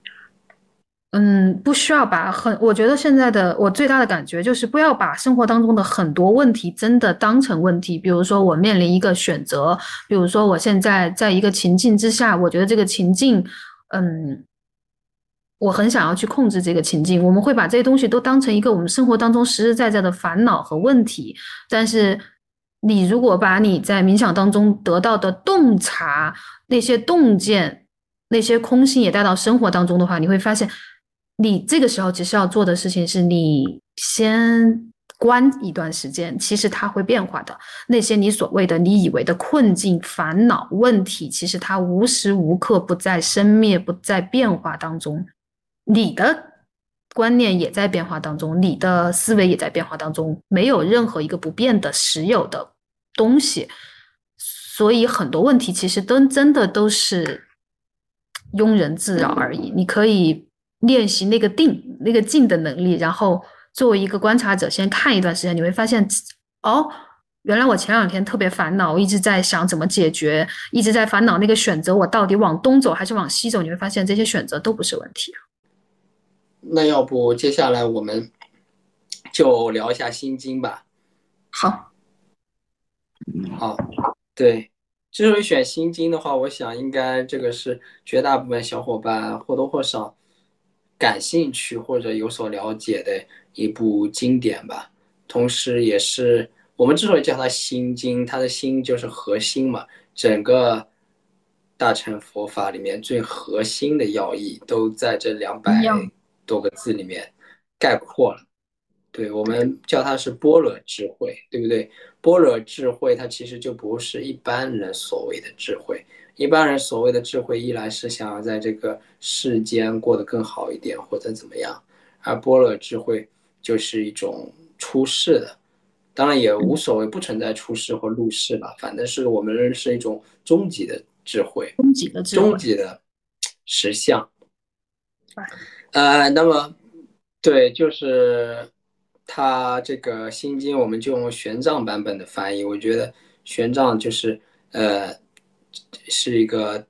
嗯，不需要把很，我觉得现在的我最大的感觉就是不要把生活当中的很多问题真的当成问题。比如说我面临一个选择，比如说我现在在一个情境之下，我觉得这个情境，嗯，我很想要去控制这个情境。我们会把这些东西都当成一个我们生活当中实实在在的烦恼和问题。但是你如果把你在冥想当中得到的洞察、那些洞见、那些空性也带到生活当中的话，你会发现。你这个时候其实要做的事情是你先关一段时间，其实它会变化的。那些你所谓的、你以为的困境、烦恼、问题，其实它无时无刻不在生灭、不在变化当中。你的观念也在变化当中，你的思维也在变化当中，没有任何一个不变的实有的东西。所以很多问题其实都真的都是庸人自扰而已。你可以练习那个定、那个静的能力，然后作为一个观察者，先看一段时间，你会发现，哦，原来我前两天特别烦恼，我一直在想怎么解决，一直在烦恼那个选择，我到底往东走还是往西走？你会发现这些选择都不是问题。 那要不接下来我们就聊一下心经吧。 好， 好，对，之所以选心经的话，我想应该这个是绝大部分小伙伴或多或少感兴趣或者有所了解的一部经典吧。同时，也是我们之所以叫它心经，它的心就是核心嘛，整个大乘佛法里面最核心的要义都在这两百一样， 多个字里面概括了。对，我们叫它是般若智慧，对不对？般若智慧它其实就不是一般人所谓的智慧。一般人所谓的智慧，一来是想要在这个世间过得更好一点，或者怎么样，而般若智慧就是一种出世的，当然也无嗯， 所谓，不存在出世或入世吧，反正是我们是一种终极的智慧， 终极的智慧。 终极的实相。 哎， 呃，那么对，就是它这个心经，我们就用玄奘版本的翻译。我觉得玄奘就是呃，是一个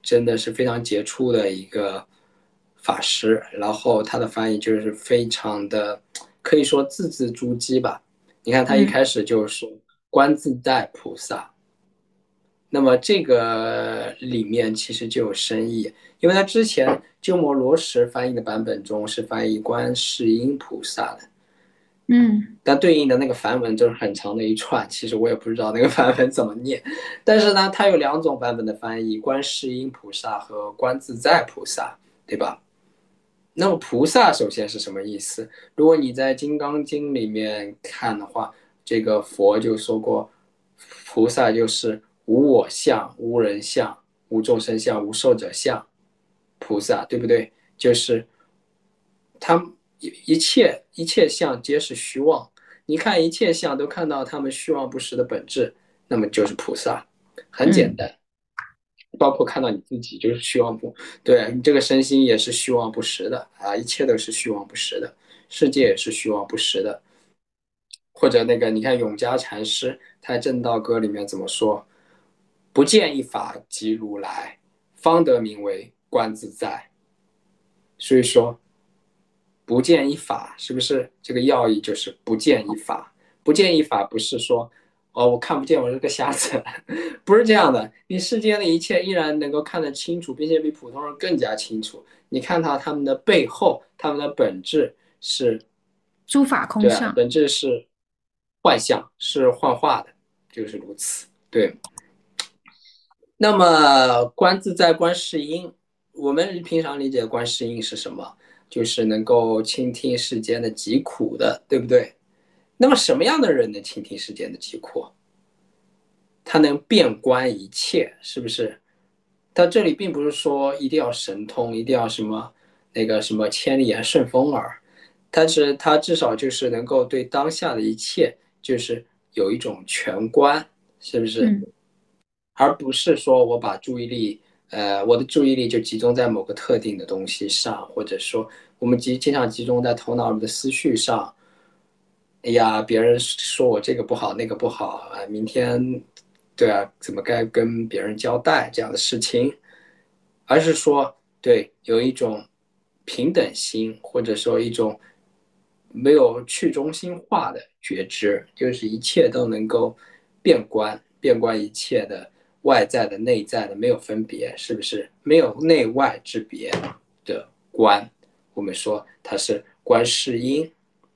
真的是非常杰出的一个法师，然后他的翻译就是非常的可以说字字珠玑吧。你看他一嗯开始就是观自在菩萨，那么这个里面其实就有深意，因为他之前鸠摩罗什翻译的版本中是翻译观世音菩萨的， 嗯但对应的那个梵文就是很长的一串，其实我也不知道那个梵文怎么念。但是呢，它有两种版本的翻译：观世音菩萨和观自在菩萨，对吧？那么菩萨首先是什么意思？如果你在《金刚经》里面看的话，这个佛就说过，菩萨就是无我相、无人相、无众生相、无寿者相，菩萨，对不对？就是他一切一切相皆是虚妄，你看一切相都看到他们虚妄不实的本质，那么就是菩萨，很简嗯单。包括看到你自己就是虚妄不，对你这个身心也是虚妄不实的啊，一切都是虚妄不实的，世界也是虚妄不实的。或者那个，你看永嘉禅师他在《正道歌》里面怎么说？不见一法即如来，方得名为观自在。所以说，不见一法是不是这个要义就是不见一法？不见一法不是说哦我看不见我是个瞎子，不是这样的。你世间的一切依然能够看得清楚，并且比普通人更加清楚。你看到他们的背后，他们的本质是， 诸法空对啊， 相。 本质是幻象，是幻化的，就是如此。对，那么观自在、观世音，我们平常理解的观世音是什么？就是能够倾听世间的疾苦的，对不对？那么什么样的人能倾听世间的疾苦？他能遍观一切，是不是？他这里并不是说一定要神通，一定要什么那个什么千里眼顺风耳，但是他至少就是能够对当下的一切，就是有一种全观，是不是？ 嗯而不是说我把注意力，呃，我的注意力就集中在某个特定的东西上，或者说我们集经常集中在头脑里的思绪上。哎呀，别人说我这个不好，那个不好啊，明天，对啊，怎么该跟别人交代这样的事情，而是说，对，有一种平等心，或者说一种没有去中心化的觉知，就是一切都能够遍观，遍观一切的外在的、内在的，没有分别，是不是？没有内外之别的观，我们说它是观世音。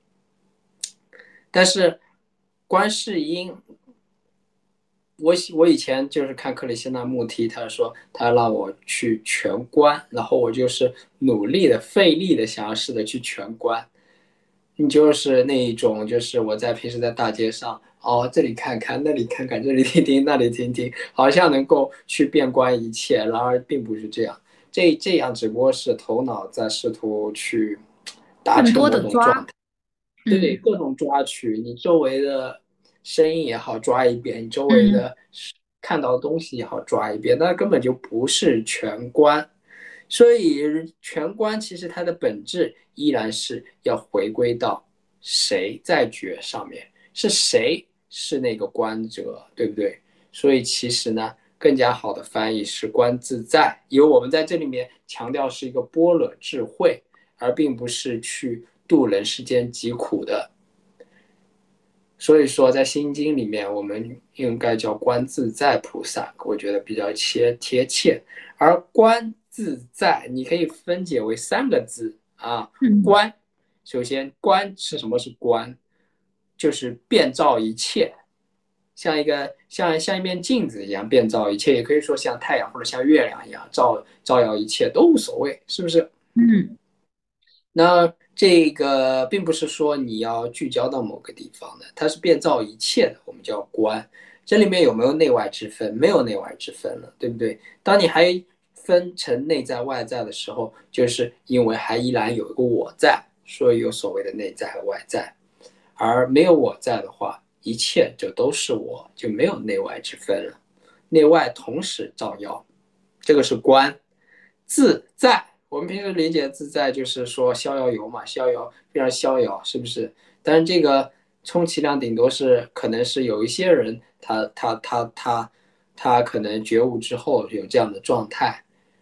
但是观世音，我我以前就是看克里希那穆提，他说他让我去全观，然后我就是努力的、费力的想要试着去全观。你就是那一种，就是我在平时在大街上，哦，这里看看，那里看看，这里听听，那里听听，好像能够去遍观一切，然而并不是这样。这这样只不过是头脑在试图去达更成多的抓。 某种状态。对， 嗯各种抓取，你周围的声音也好抓一遍，你周围嗯的看到的东西也好抓一遍，那根本就不是全观。所以全观其实它的本质依然是要回归到谁在觉上面，是谁是那个观者，对不对？所以其实呢，更加好的翻译是观自在，因为我们在这里面强调是一个般若智慧，而并不是去度人世间疾苦的。所以说，在心经里面，我们应该叫观自在菩萨，我觉得比较贴贴切。而观自在，你可以分解为三个字啊。 嗯观，首先观是什么？是观，就是遍照一切，像一个像像一面镜子一样遍照一切，也可以说像太阳或者像月亮一样照照耀一切，都无所谓，是不是？ 嗯那这个并不是说你要聚焦到某个地方的，它是遍照一切的，我们叫观。这里面有没有内外之分？没有内外之分了，对不对？当你还分成内在外在的时候，就是因为还依然有一个我在，所以有所谓的内在和外在。而没有我在的话，一切就都是我，就没有内外之分了，内外同时照耀，这个是观。自在，我们平时理解自在就是说逍遥游嘛，逍遥非常逍遥，是不是？但是这个充其量顶多是可能是有一些人他他他他他可能觉悟之后有这样的状态，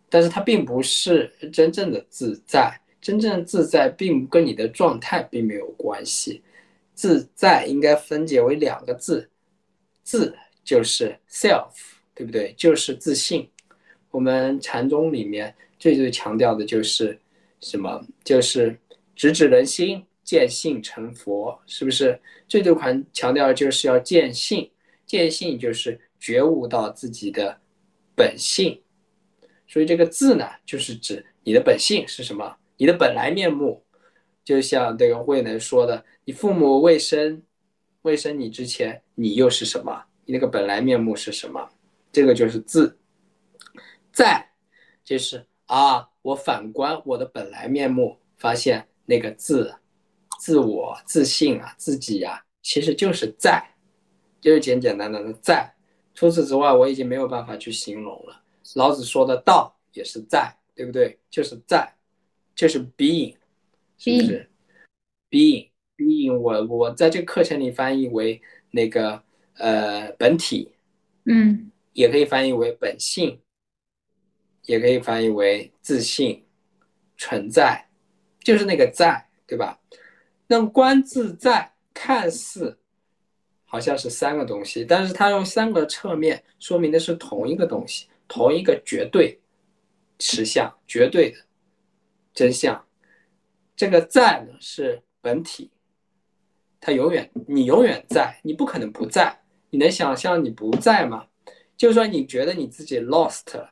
但是它并不是真正的自在，真正的自在并跟你的状态并没有关系。自在应该分解为两个字，自就是 self， 对不对？就是自信。我们禅宗里面最最强调的就是什么？就是直指人心，见性成佛，是不是？最最强调的就是要见性，见性就是觉悟到自己的本性。所以这个自呢，就是指你的本性是什么，你的本来面目。就像这个慧能说的，你父母未生未生你之前，你又是什么？你那个本来面目是什么？这个就是自。在就是啊，我反观我的本来面目，发现那个自自我自信啊，自己啊，其实就是在，就是简简单单的在。除此之外，我已经没有办法去形容了。老子说的道也是在，对不对？就是在，就是 being， 是不是 being being？ 我我在这个课程里翻译为那个呃本体， 嗯， 也可以翻译为本性，也可以翻译为自信、存在，就是那个在，对吧？那么观自在看似好像是三个东西，但是它用三个侧面说明的是同一个东西，同一个绝对实相，绝对的真相。这个在呢是本体，它永远你永远在，你不可能不在。你能想象你不在吗？就算你觉得你自己 lost 了，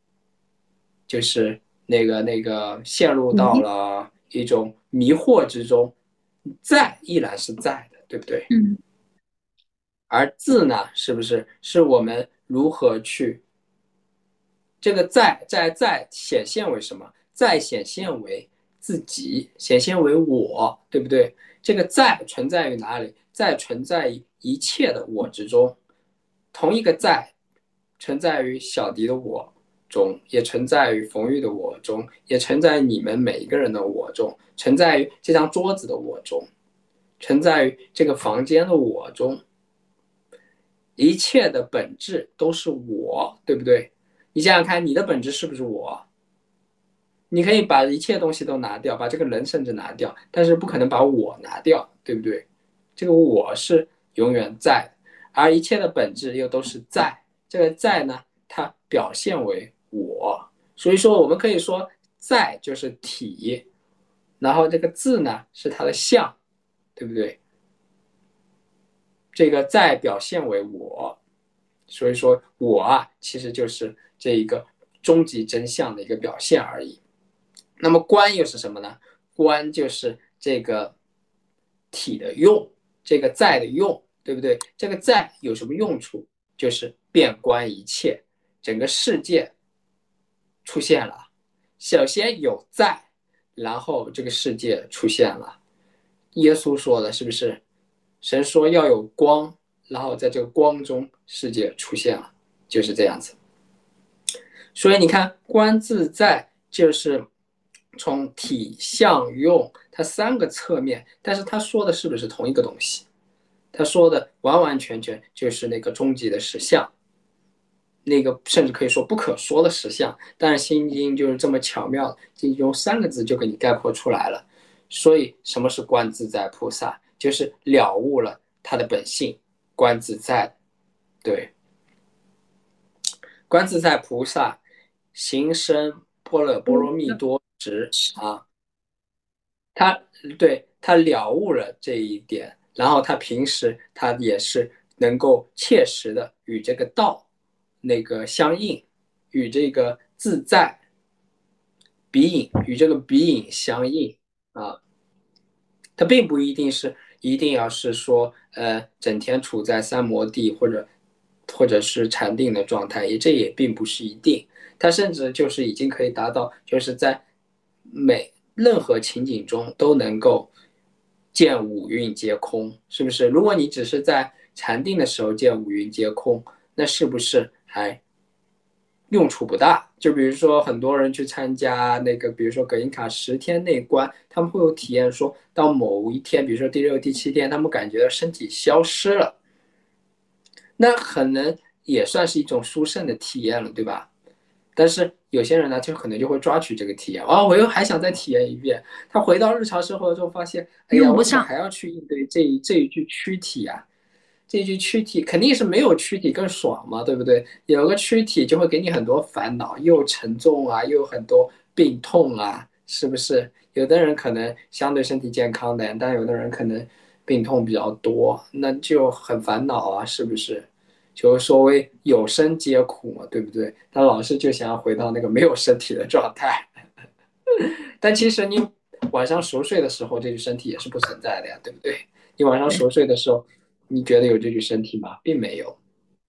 就是那个那个陷入到了一种迷惑之中，在依然是在的，对不对？ 嗯， 而自呢，是不是是我们如何去这个在在在显现为什么？在显现为自己，显现为我，对不对？这个在存在于哪里？在存在于一切的我之中，同一个在存在于小迪的我中，也存在于冯玉的我中，也存在于你们每一个人的我中，存在于这张桌子的我中，存在于这个房间的我中。一切的本质都是我，对不对？你想想看，你的本质是不是我？你可以把一切东西都拿掉，把这个人甚至拿掉，但是不可能把我拿掉，对不对？这个我是永远在，而一切的本质又都是在。这个在呢，它表现为我，所以说我们可以说在就是体，然后这个字呢是它的相，对不对？这个在表现为我，所以说我啊，其实就是这一个终极真相的一个表现而已。那么观又是什么呢？观就是这个体的用，这个在的用，对不对？这个在有什么用处？就是遍观一切，整个世界出现了。首先有在，然后这个世界出现了。耶稣说的是不是？神说要有光，然后在这个光中，世界出现了，就是这样子。所以你看，观自在就是从体相用它三个侧面，但是他说的是不是同一个东西？他说的完完全全就是那个终极的实相，那个甚至可以说不可说的实相。但是《心经》就是这么巧妙，就用三个字就给你概括出来了。所以，什么是观自在菩萨？就是了悟了他的本性，观自在。对，观自在菩萨行深般若波罗蜜多时啊，他对他了悟了这一点，然后他平时他也是能够切实的与这个道那个相应，与这个自在彼影与这个彼影相应啊。它并不一定是一定要是说呃整天处在三摩地或者或者是禅定的状态，也这也并不是一定。它甚至就是已经可以达到，就是在每任何情景中都能够见五蕴皆空，是不是？如果你只是在禅定的时候见五蕴皆空，那是不是还用处不大？就比如说很多人去参加那个，比如说葛印卡十天内观，他们会有体验，说到某一天，比如说第六、第七天，他们感觉到身体消失了，那可能也算是一种殊胜的体验了，对吧？但是有些人呢，就可能就会抓取这个体验，哦，我又还想再体验一遍。他回到日常生活中发现，哎呀， 用不上。 我怎么还要去应对这一这一句躯体啊？这一句躯体肯定是没有躯体更爽嘛，对不对？有个躯体就会给你很多烦恼，又沉重啊，又有很多病痛啊，是不是？有的人可能相对身体健康的，但有的人可能病痛比较多，那就很烦恼啊，是不是？就是所谓有生皆苦嘛，对不对？他老是就想要回到那个没有身体的状态，但其实你晚上熟睡的时候，这具身体也是不存在的呀，对不对？你晚上对， 熟睡的时候，你觉得有这具身体吗？并没有。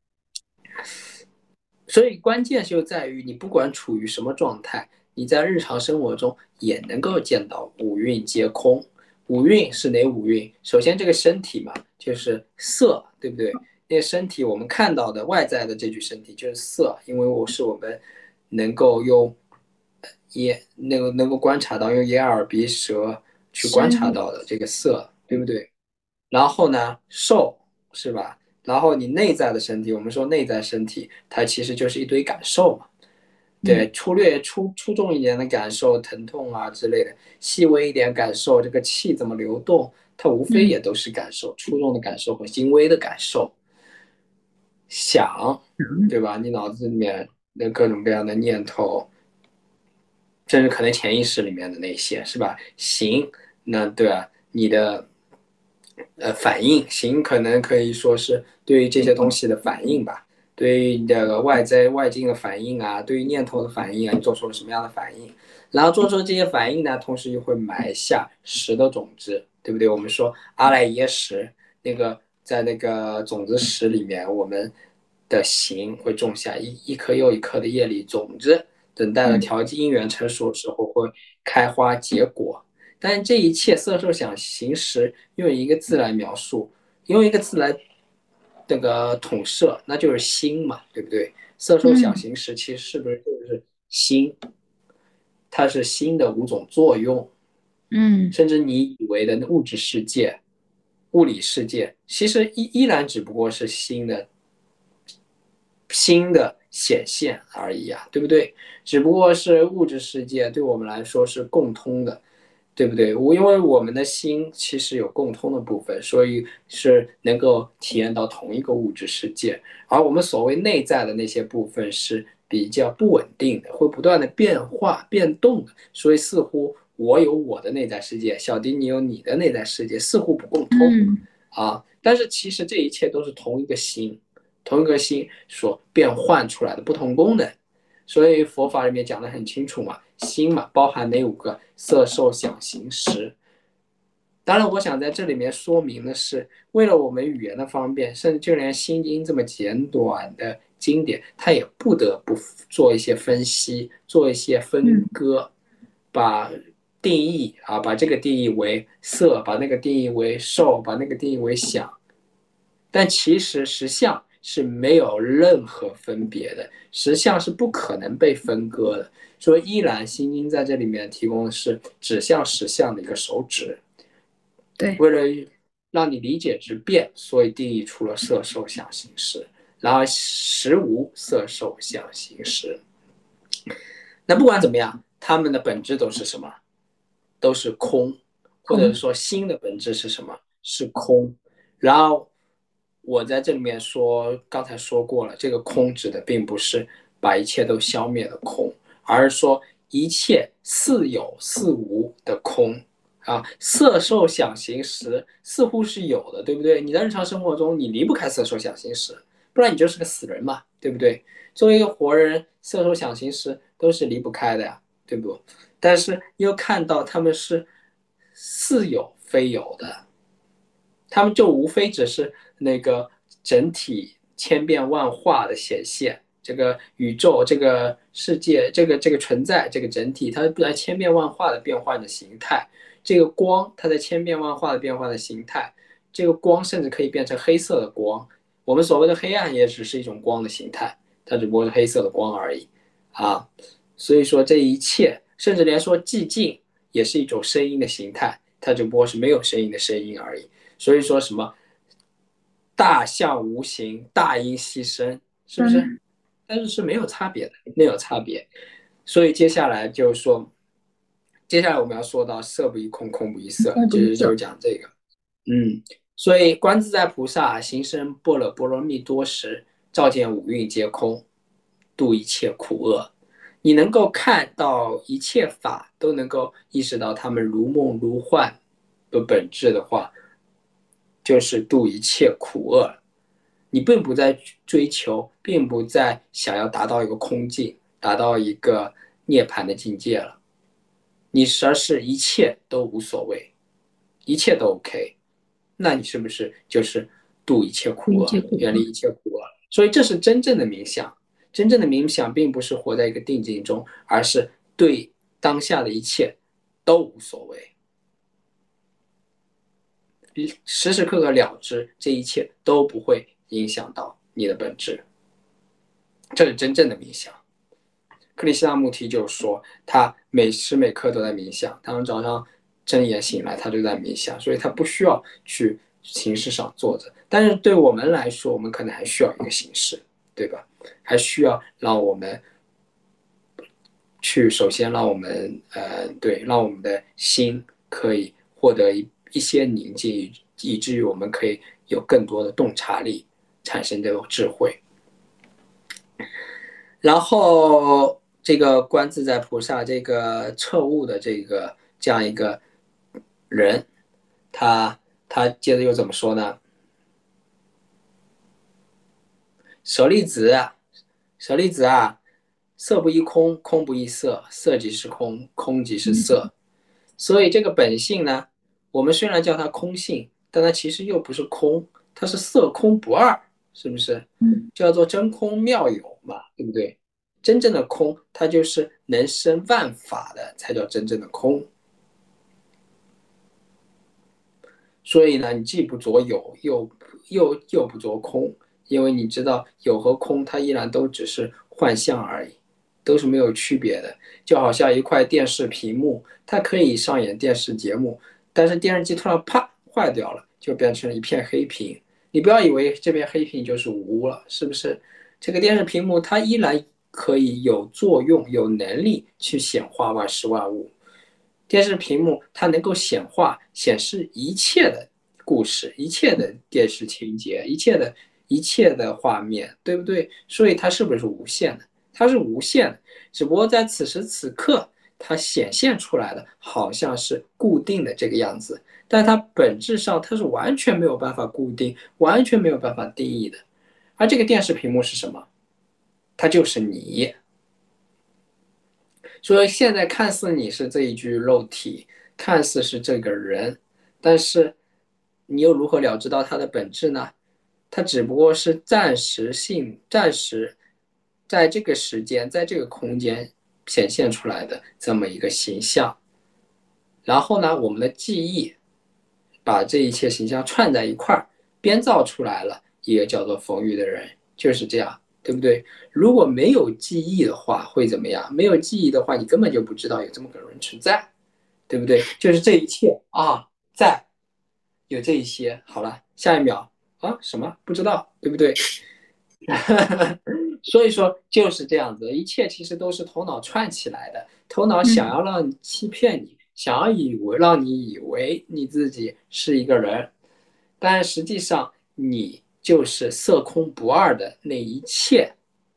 所以关键就在于你不管处于什么状态，你在日常生活中也能够见到五蕴皆空。五蕴是哪五蕴？首先这个身体嘛，就是色，对不对？那个身体我们看到的外在的这具身体就是色，因为我是我们能够用眼那个能够观察到，用眼耳鼻舌去观察生理。 到的这个色，对不对？然后呢，受是吧？然后你内在的身体，我们说内在身体，它其实就是一堆感受嘛。对， 嗯粗略出出众一点的感受，疼痛啊之类的；细微一点感受，这个气怎么流动，它无非也嗯都是感受，出众的感受和轻微的感受。想， 嗯对吧？你脑子里面的各种各样的念头，甚至可能潜意识里面的那些，是吧？行，那对啊，你的呃反应，行可能可以说是对于这些东西的反应吧，对于这个外在外境的反应啊，对于念头的反应啊，你做出了什么样的反应？然后做出这些反应呢，同时又会埋下识的种子，对不对？我们说阿赖耶识，那个在那个种子识里面，我们的行会种下一一颗又一颗的业力种子，等待了嗯条件因缘成熟之后会开花结果。但这一切色受想行识，用一个字来描述，用一个字来这个统摄，那就是心嘛，对不对？色受想嗯行识其实是不是就是心？它是心的五种作用， 嗯甚至你以为的物质世界、物理世界，其实依依然只不过是心的心的显现而已啊，对不对？只不过是物质世界对我们来说是共通的，对不对？我因为我们的心其实有共通的部分，所以是能够体验到同一个物质世界。而我们所谓内在的那些部分是比较不稳定的，会不断的变化变动的，所以似乎我有我的内在世界，小迪你有你的内在世界，似乎不共通嗯啊。但是其实这一切都是同一个心，同一个心所变换出来的不同功能。所以佛法里面讲的很清楚嘛，心嘛包含哪五个？色、受、想、行、识。当然，我想在这里面说明的是，为了我们语言的方便，甚至就连《心经》这么简短的经典，它也不得不做一些分析，做一些分嗯割，把定义啊，把这个定义为色，把那个定义为受，把那个定义为想。但其实实相是没有任何分别的，实相是不可能被分割的。所以，依然《心经》在这里面提供的是指向实相的一个手指。 对。 为了让你理解之便，所以定义出了色受想行识，然后实无色受想行识。那不管怎么样，它们的本质都是什么？都是空，或者是空。 说心的本质是什么？是空。然后我在这里面说，刚才说过了，这个空指的并不是把一切都消灭的空，而是说一切似有似无的空。啊，色受想行识似乎是有的，对不对？你在日常生活中，你离不开色受想行识，不然你就是个死人嘛，对不对？作为一个活人，色受想行识都是离不开的呀，对不？但是又看到他们是似有非有的，他们就无非只是那个整体千变万化的显现。这个宇宙、这个世界、这个这个存在、这个整体，它在千变万化的变换的形态。这个光，它在千变万化的变换的形态。这个光甚至可以变成黑色的光。我们所谓的黑暗也只是一种光的形态，它只不过是黑色的光而已啊。所以说这一切，甚至连说寂静也是一种声音的形态，它只不过是没有声音的声音而已。所以说什么大象无形，大音希声，是不是？ 嗯但是是没有差别的，没有差别。 所以接下来就是说，接下来我们要说到色不异空，空不异色， 空不异色。 其实就是讲这个。嗯，所以观自在菩萨行深般若波罗蜜多时，照见五蕴皆空，度一切苦厄。你能够看到一切法，都能够意识到他们如梦如幻的本质的话，就是度一切苦厄。你并不在追求，并不在想要达到一个空境，达到一个涅槃的境界了。你而是一切都无所谓，一切都 OK。那你是不是就是度一切苦厄，远离一切苦厄？所以这是真正的冥想。真正的冥想并不是活在一个定境中，而是对当下的一切都无所谓，时时刻刻了知，这一切都不会影响到你的本质。这是真正的冥想。克里希那穆提就说，他每时每刻都在冥想，当早上睁眼醒来，他就在冥想，所以他不需要去形式上坐着。但是对我们来说，我们可能还需要一个形式，对吧？还需要让我们去，首先让我们呃，对，让我们的心可以获得一一些宁静，以至于我们可以有更多的洞察力，产生这种智慧。然后这个观自在菩萨，这个彻悟的这个这样一个人，他他接着又怎么说呢？舍利子，舍利子啊，色不异空，空不异色，色即是空，空即是色。所以这个本性呢，我们虽然叫它空性，但它其实又不是空，它是色空不二，是不是？叫做真空妙有嘛，对不对？真正的空，它就是能生万法的，才叫真正的空。所以呢，你既不着有，又又又不着空，因为你知道有和空，它依然都只是幻象而已，都是没有区别的。就好像一块电视屏幕，它可以上演电视节目，但是电视机突然啪坏掉了，就变成了一片黑屏。你不要以为这片黑屏就是无了，是不是？这个电视屏幕它依然可以有作用，有能力去显化万事万物。电视屏幕它能够显化显示一切的故事，一切的电视情节，一切的一切的画面，对不对？所以它是不是无限的？它是无限的，只不过在此时此刻，它显现出来的好像是固定的这个样子，但它本质上它是完全没有办法固定，完全没有办法定义的。而这个电视屏幕是什么？它就是你。所以现在看似你是这一具肉体，看似是这个人，但是你又如何了知到它的本质呢？它只不过是暂时性、暂时在这个时间、在这个空间显现出来的这么一个形象。然后呢，我们的记忆把这一切形象串在一块儿，编造出来了一个叫做冯玉的人，就是这样。对不对？如果没有记忆的话，会怎么样？没有记忆的话，你根本就不知道有这么个人存在，对不对？就是这一切啊，在有这一些，好了，下一秒啊，什么不知道，对不对？所以说就是这样子，一切其实都是头脑串起来的，头脑想要让你欺骗你，想要以为让你以为你自己是一个人，但实际上你就是色空不二的那一切。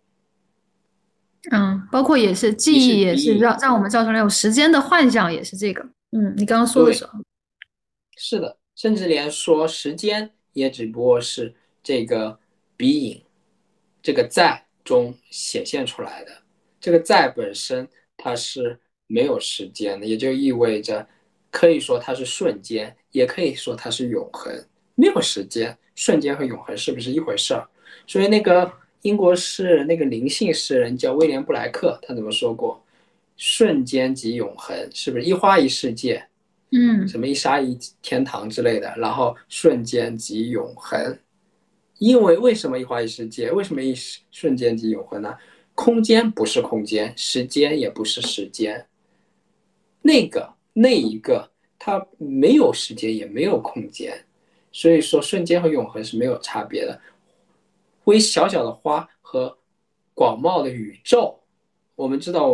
嗯，包括也是记忆，也是让让我们造成了有时间的幻想，也是这个。嗯，你刚刚说的时候， 是的，甚至连说时间也只不过是这个鼻影，这个在中显现出来的。这个在本身它是没有时间的，也就意味着可以说它是瞬间，也可以说它是永恒。没有时间，瞬间和永恒是不是一回事儿？所以那个英国诗人，那个灵性诗人叫威廉布莱克，他怎么说过？瞬间即永恒，是不是一花一世界？ 嗯， 什么一沙一天堂之类的，然后瞬间即永恒。因为为什么一花一世界？为什么一瞬间即永恒呢？空间不是空间，时间也不是时间。那个那一个，它没有时间，也没有空间，所以说瞬间和永恒是没有差别的。微小小的花和广袤的宇宙，我们知道我们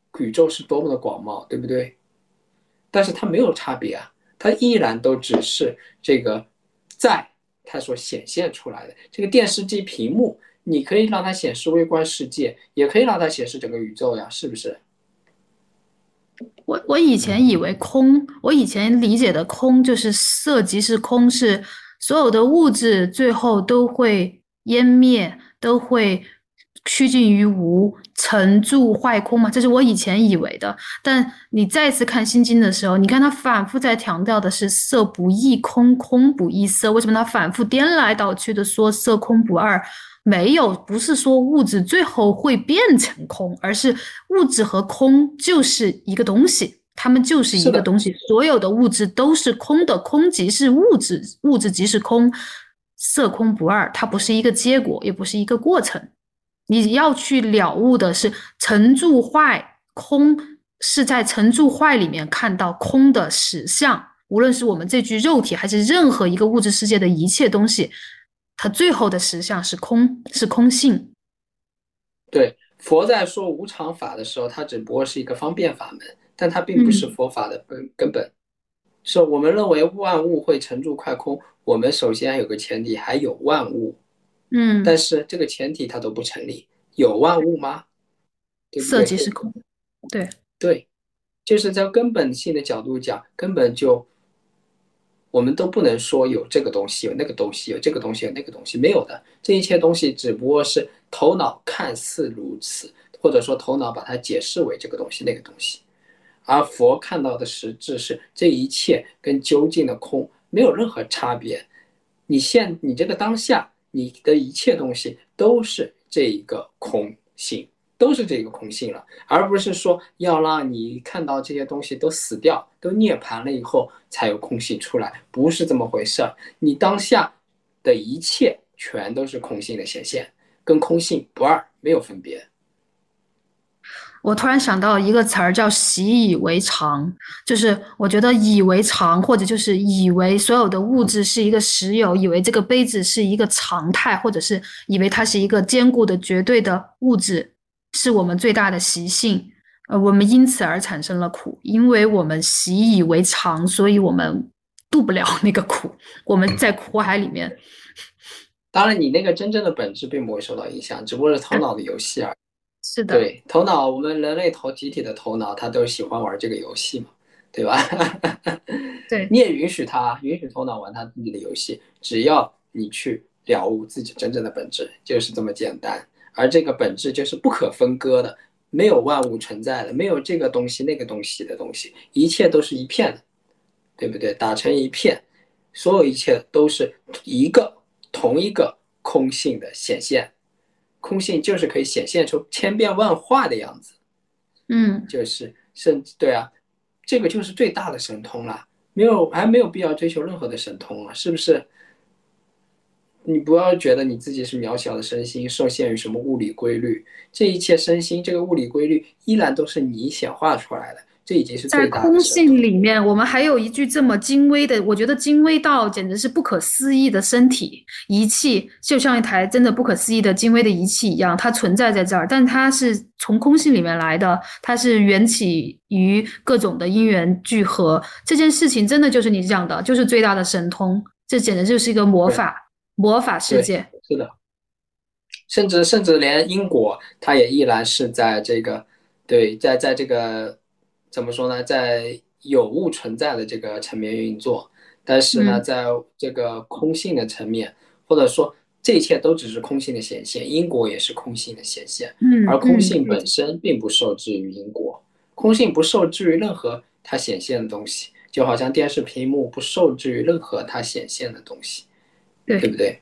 宇宙是多么的广袤，对不对？但是它没有差别啊，它依然都只是这个在它所显现出来的这个电视机屏幕，你可以让它显示微观世界，也可以让它显示整个宇宙呀，是不是？ 我我以前以为空，我以前理解的空就是色即是空，是所有的物质最后都会湮灭，都会趋近于无，成住坏空嘛，这是我以前以为的。但你再次看《心经》的时候，你看他反复在强调的是色不异空，空不异色。为什么他反复颠来倒去的说色空不二？没有，不是说物质最后会变成空，而是物质和空就是一个东西，它们就是是的， 一个东西，所有的物质都是空的，空即是物质，物质即是空，色空不二，它不是一个结果，也不是一个过程。你要去了悟的是成住坏空，是在成住坏里面看到空的实相。无论是我们这具肉体，还是任何一个物质世界的一切东西，它最后的实相是空，是空性。 对，佛在说无常法的时候，它只不过是一个方便法门，但它并不是嗯佛法的本根本。是我们认为万物会成住坏空，我们首先有个前提，还有万物，但嗯， 是这个前提它都不成立，有万物吗？对不色即对？ 是空。对， 对，就是在根本性的角度讲，根本就我们都不能说有这个东西，有那个东西，有这个东西，有那个东西，没有的。这一切东西只不过是头脑看似如此，或者说头脑把它解释为这个东西、那个东西。而佛看到的实质是这一切跟究竟的空没有任何差别。你现你这个当下，你的一切东西都是这一个空性，都是这个空性了，而不是说要让你看到这些东西都死掉、都涅槃了以后才有空性出来，不是这么回事儿。你当下的一切全都是空性的显现，跟空性不二，没有分别。 我突然想到一个词儿叫习以为常，就是我觉得以为常，或者就是以为所有的物质是一个实有，以为这个杯子是一个常态，或者是以为它是一个坚固的绝对的物质，是我们最大的习性。呃，我们因此而产生了苦，因为我们习以为常，所以我们渡不了那个苦，我们在苦海里面。 当然，你那个真正的本质并不会受到影响，只不过是头脑的游戏而已。 是的， 对，头脑，我们人类头集体的头脑，他都喜欢玩这个游戏嘛，对吧？ 对， 你也允许他，允许头脑玩他自己的游戏，只要你去了悟自己真正的本质，就是这么简单。而这个本质就是不可分割的，没有万物存在的，没有这个东西那个东西的东西，一切都是一片的，对不对？打成一片，所有一切都是一个同一个空性的显现。空性就是可以显现出千变万化的样子， 嗯。 就是甚至对啊，这个就是最大的神通了，没有还没有必要追求任何的神通了，是不是？你不要觉得你自己是渺小的身心，受限于什么物理规律，这一切身心这个物理规律依然都是你显化出来的，这已经是最大的在空神通。 性里面，我们还有一句这么精微的，我觉得精微到简直是不可思议的身体仪器，就像一台真的不可思议的精微的仪器一样，它存在在这儿，但它是从空性里面来的，它是缘起于各种的因缘聚合。这件事情真的就是你讲的，就是最大的神通，这简直就是一个魔对法，魔法世对， 界。 是的。甚至甚至连因果，它也依然是在这个，对，在在这个怎么说呢，在有物存在的这个层面运作，但是呢， 嗯在这个空性的层面，或者说这一切都只是空性的显现，因果也是空性的显现，而空嗯嗯， 性本身并不受制于因果，空性不受制于任何它显现的东西，就好像电视屏幕不受制于任何它显现的东西，对对， 不对？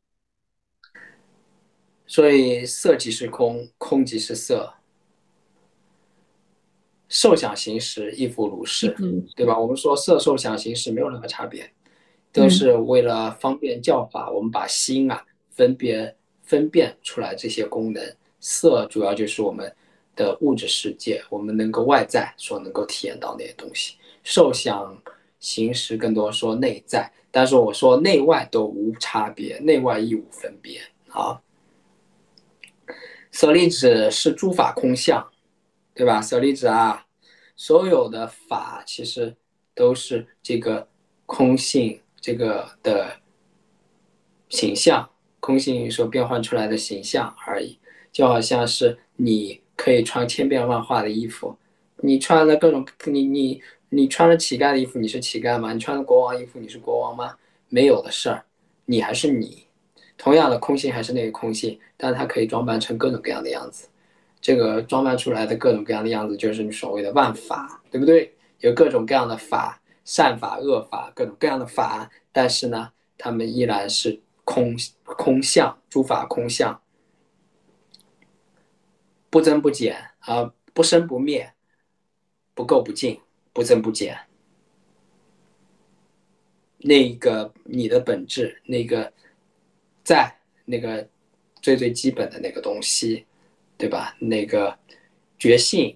所以色即是空，空即是色，受想行识亦复如是， 一夫如对吧？ 是。 我们说色受想行识没有任何差别，都嗯。 是为了方便教法，我们把心啊分别分辨出来这些功能。色主要就是我们的物质世界，我们能够外在所能够体验到那些东西。受想行识更多说内在，但是我说内外都无差别，内外亦无分别啊。舍利子是诸法空相， 对吧？舍利子啊，所有的法其实都是这个空性这个的形象，空性所变换出来的形象而已。就好像是你可以穿千变万化的衣服，你穿了各种你你你穿了乞丐的衣服，你是乞丐吗？你穿了国王衣服，你是国王吗？没有的事儿，你还是你。同样的空性还是那个空性，但是它可以装扮成各种各样的样子。这个装扮出来的各种各样的样子，就是你所谓的万法，对不对？有各种各样的法，善法、恶法，各种各样的法，但是呢，他们依然是空空相，诸法空相，不增不减啊、呃不生不灭，不垢不净，不增不减。那个你的本质，那个在那个最最基本的那个东西，对吧？那个觉性，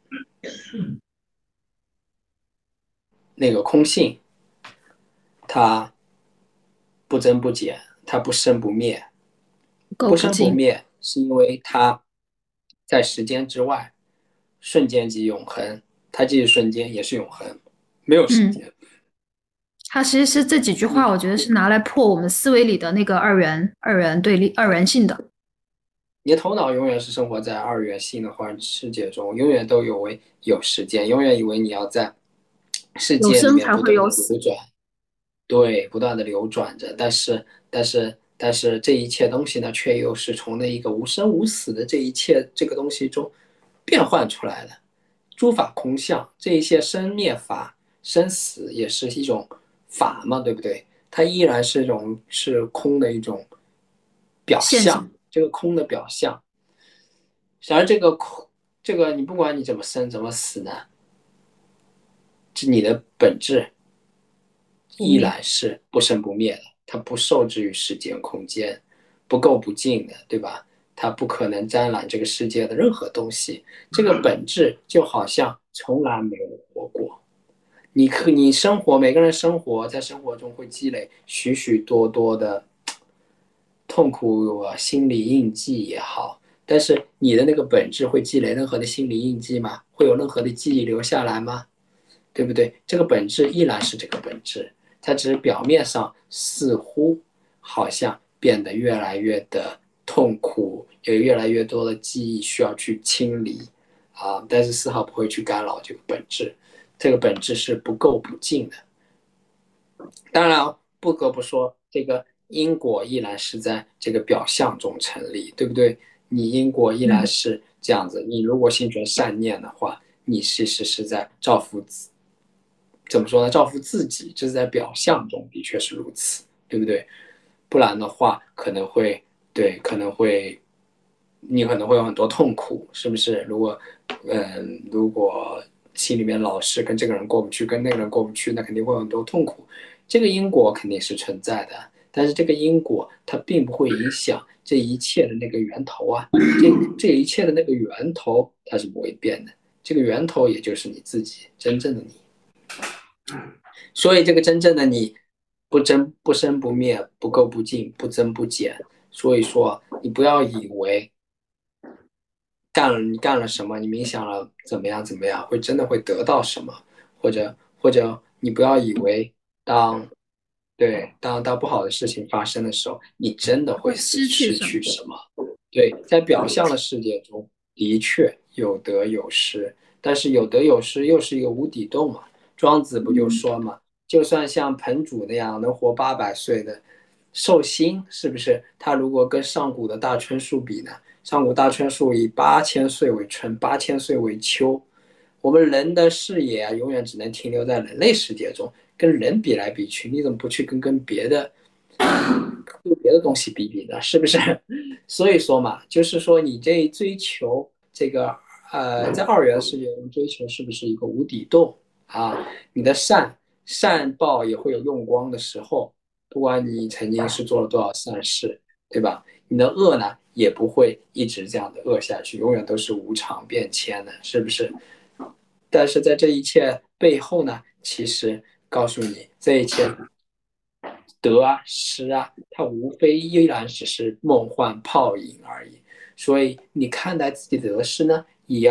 那个空性，它不增不减，它不生不灭。 不垢不生不不净。 灭是因为它在时间之外，瞬间即永恒，它既是瞬间也是永恒，没有时嗯， 间。 它其实是这几句话， 你我觉得是拿来破我们思维里的那个二元、二元对立、二元性的。 你的头脑永远是生活在二元性的环世界中，永远都有为有时间，永远以为你要在世有界里生才会面不断的有死。 流转，对，不断的流转着，但是但是但是这一切东西呢，却又是从那一个无生无死的这一切这个东西中变换出来的。诸法空相，这一切生灭法、生死也是一种法嘛，对不对？它依然是一种是空的一种表象， 现象。 这个空的表象。然而这个空，这个你不管你怎么生怎么死呢，这你的本质依不灭。 然是不生不灭的，它不受制于时间空间，不垢不净的，对吧？它不可能沾染这个世界的任何东西。这个本质就好像从来没有活过。你可你生活，每个人生活在生活中会积累许许多多的痛苦啊，心理印记也好，但是你的那个本质会积累任何的心理印记吗？会有任何的记忆留下来吗？对不对？这个本质依然是这个本质，它只是表面上似乎好像变得越来越的痛苦，有越来越多的记忆需要去清理啊，但是丝毫不会去干扰这个本质，这个本质是不垢不净的。当然，不得不说，这个因果依然是在这个表象中成立，对不对？你因果依然嗯， 是这样子，你如果心存善念的话，你其实是在造福自怎么说呢？造福自己，这是在表象中的确是如此，对不对？不然的话，可能会对，可能会你可能会有很多痛苦，是不是？如果嗯，如果心里面老是跟这个人过不去，跟那个人过不去，那肯定会有很多痛苦。这个因果肯定是存在的，但是这个因果它并不会影响这一切的那个源头啊，这这一切的那个源头它是不会变的，这个源头也就是你自己真正的你。所以这个真正的你，不增不生不灭，不垢不净，不增不减。所以说，你不要以为干了你干了什么，你冥想了怎么样怎么样，会真的会得到什么，或者或者你不要以为当对当当不好的事情发生的时候，你真的会会失失去什么？ 失去什么。对，在表象的世界中，的确有得有失，但是有得有失又是一个无底洞嘛。庄子不就嗯， 说嘛，就算像彭祖那样能活八百岁的寿星，是不是？他如果跟上古的大椿树比呢？上古大椿树以八千岁为春，八千岁为秋。我们人的视野啊，永远只能停留在人类世界中，跟人比来比去，你怎么不去跟跟别的跟别的东西比比呢？是不是？所以说嘛，就是说你这追求这个呃，在二元世界中追求是不是一个无底洞啊？你的善善报也会有用光的时候，不管你曾经是做了多少善事，对吧？你的恶呢，也不会一直这样的恶下去，永远都是无常变迁的，是不是？但是在这一切背后呢，其实告诉你，这一切得啊失啊，它无非依然只是梦幻泡影而已。所以你看待自己的得失呢，也要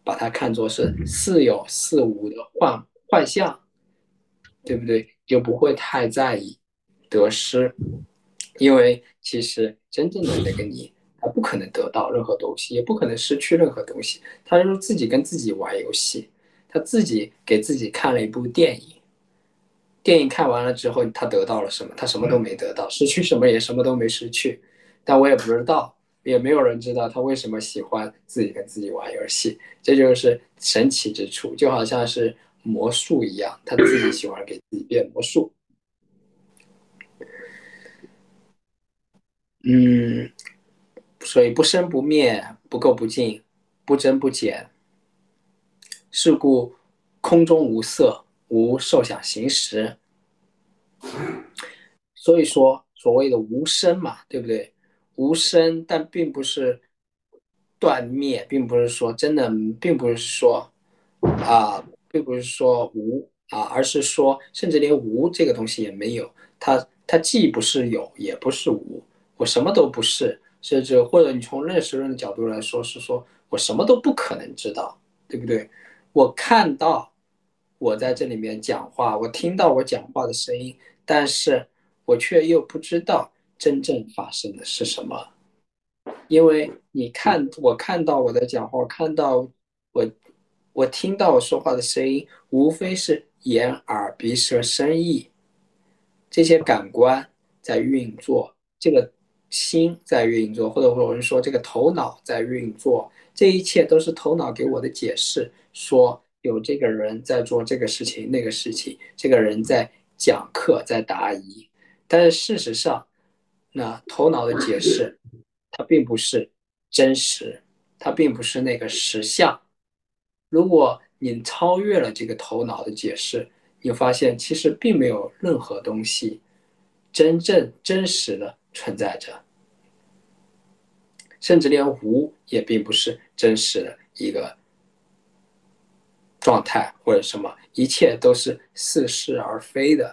把它看作是似有似无的幻幻象，对不对？就不会太在意得失，因为其实真正的那个你，他不可能得到任何东西，也不可能失去任何东西。他就是自己跟自己玩游戏，他自己给自己看了一部电影，电影看完了之后，他得到了什么？他什么都没得到，失去什么也什么都没失去。但我也不知道，也没有人知道他为什么喜欢自己跟自己玩游戏，这就是神奇之处，就好像是魔术一样，他自己喜欢给自己变魔术。嗯，所以不生不灭，不垢不净，不增不减。是故空中无色，无受想行识。所以说，所谓的无生嘛，对不对？无生，但并不是断灭，并不是说真的，并不是说啊，并不是说无啊，而是说，甚至连无这个东西也没有。它它既不是有，也不是无，我什么都不是，甚至或者你从认识论的角度来说，是说我什么都不可能知道，对不对？我看到我在这里面讲话，我听到我讲话的声音，但是我却又不知道真正发生的是什么。因为你看，我看到我在讲话，看到我，我听到我说话的声音，无非是眼、耳、鼻、舌、身、意这些感官在运作，这个心在运作，或者有人说这个头脑在运作，这一切都是头脑给我的解释，说有这个人在做这个事情、那个事情，这个人在讲课、在答疑。但是事实上，那头脑的解释，它并不是真实，它并不是那个实相。如果你超越了这个头脑的解释，你发现其实并没有任何东西真正真实的存在着，甚至连无也并不是真实的一个状态或者什么，一切都是似是而非的。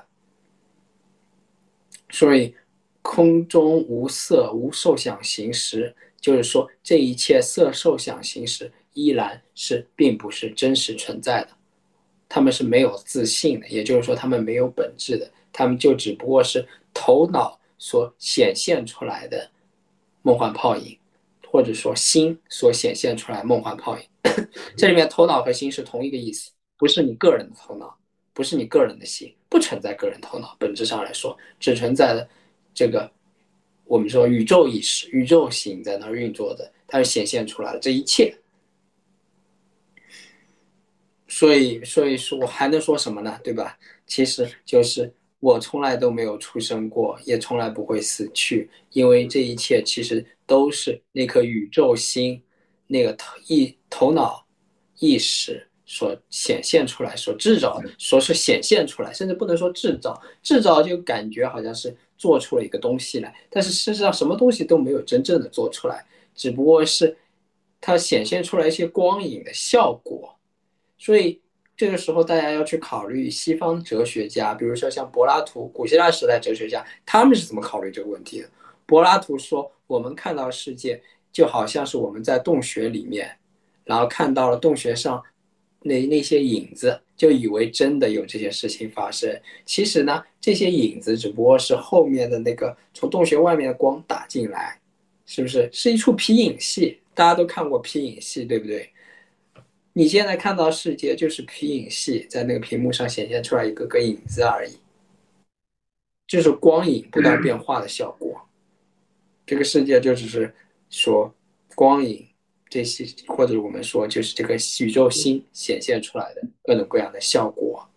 所以空中无色无受想行识，就是说这一切色受想行识依然是并不是真实存在的，他们是没有自信的，也就是说他们没有本质的，他们就只不过是头脑所显现出来的梦幻泡影，或者说心所显现出来梦幻泡影。这里面头脑和心是同一个意思，不是你个人的头脑，不是你个人的心，不存在个人头脑。本质上来说，只存在的这个我们说宇宙意识、宇宙心在那运作的，它是显现出来的这一切。所以，所以说我还能说什么呢？对吧？其实就是我从来都没有出生过，也从来不会死去，因为这一切其实都是那颗宇宙心、那个头意头脑意识所显现出来、所制造的，说是显现出来，甚至不能说制造，制造就感觉好像是做出了一个东西来，但是事实上什么东西都没有真正的做出来，只不过是它显现出来一些光影的效果。所以这个时候，大家要去考虑西方哲学家，比如说像柏拉图，古希腊时代哲学家，他们是怎么考虑这个问题的？柏拉图说，我们看到世界就好像是我们在洞穴里面，然后看到了洞穴上那那些影子，就以为真的有这些事情发生。其实呢，这些影子只不过是后面的那个从洞穴外面的光打进来，是不是？是一出皮影戏，大家都看过皮影戏，对不对？你现在看到世界就是皮影戏，在那个屏幕上显现出来一个个影子而已，就是光影不断变化的效果。这个世界就只是说光影这些，或者我们说就是这个宇宙星显现出来的各种各样的效果，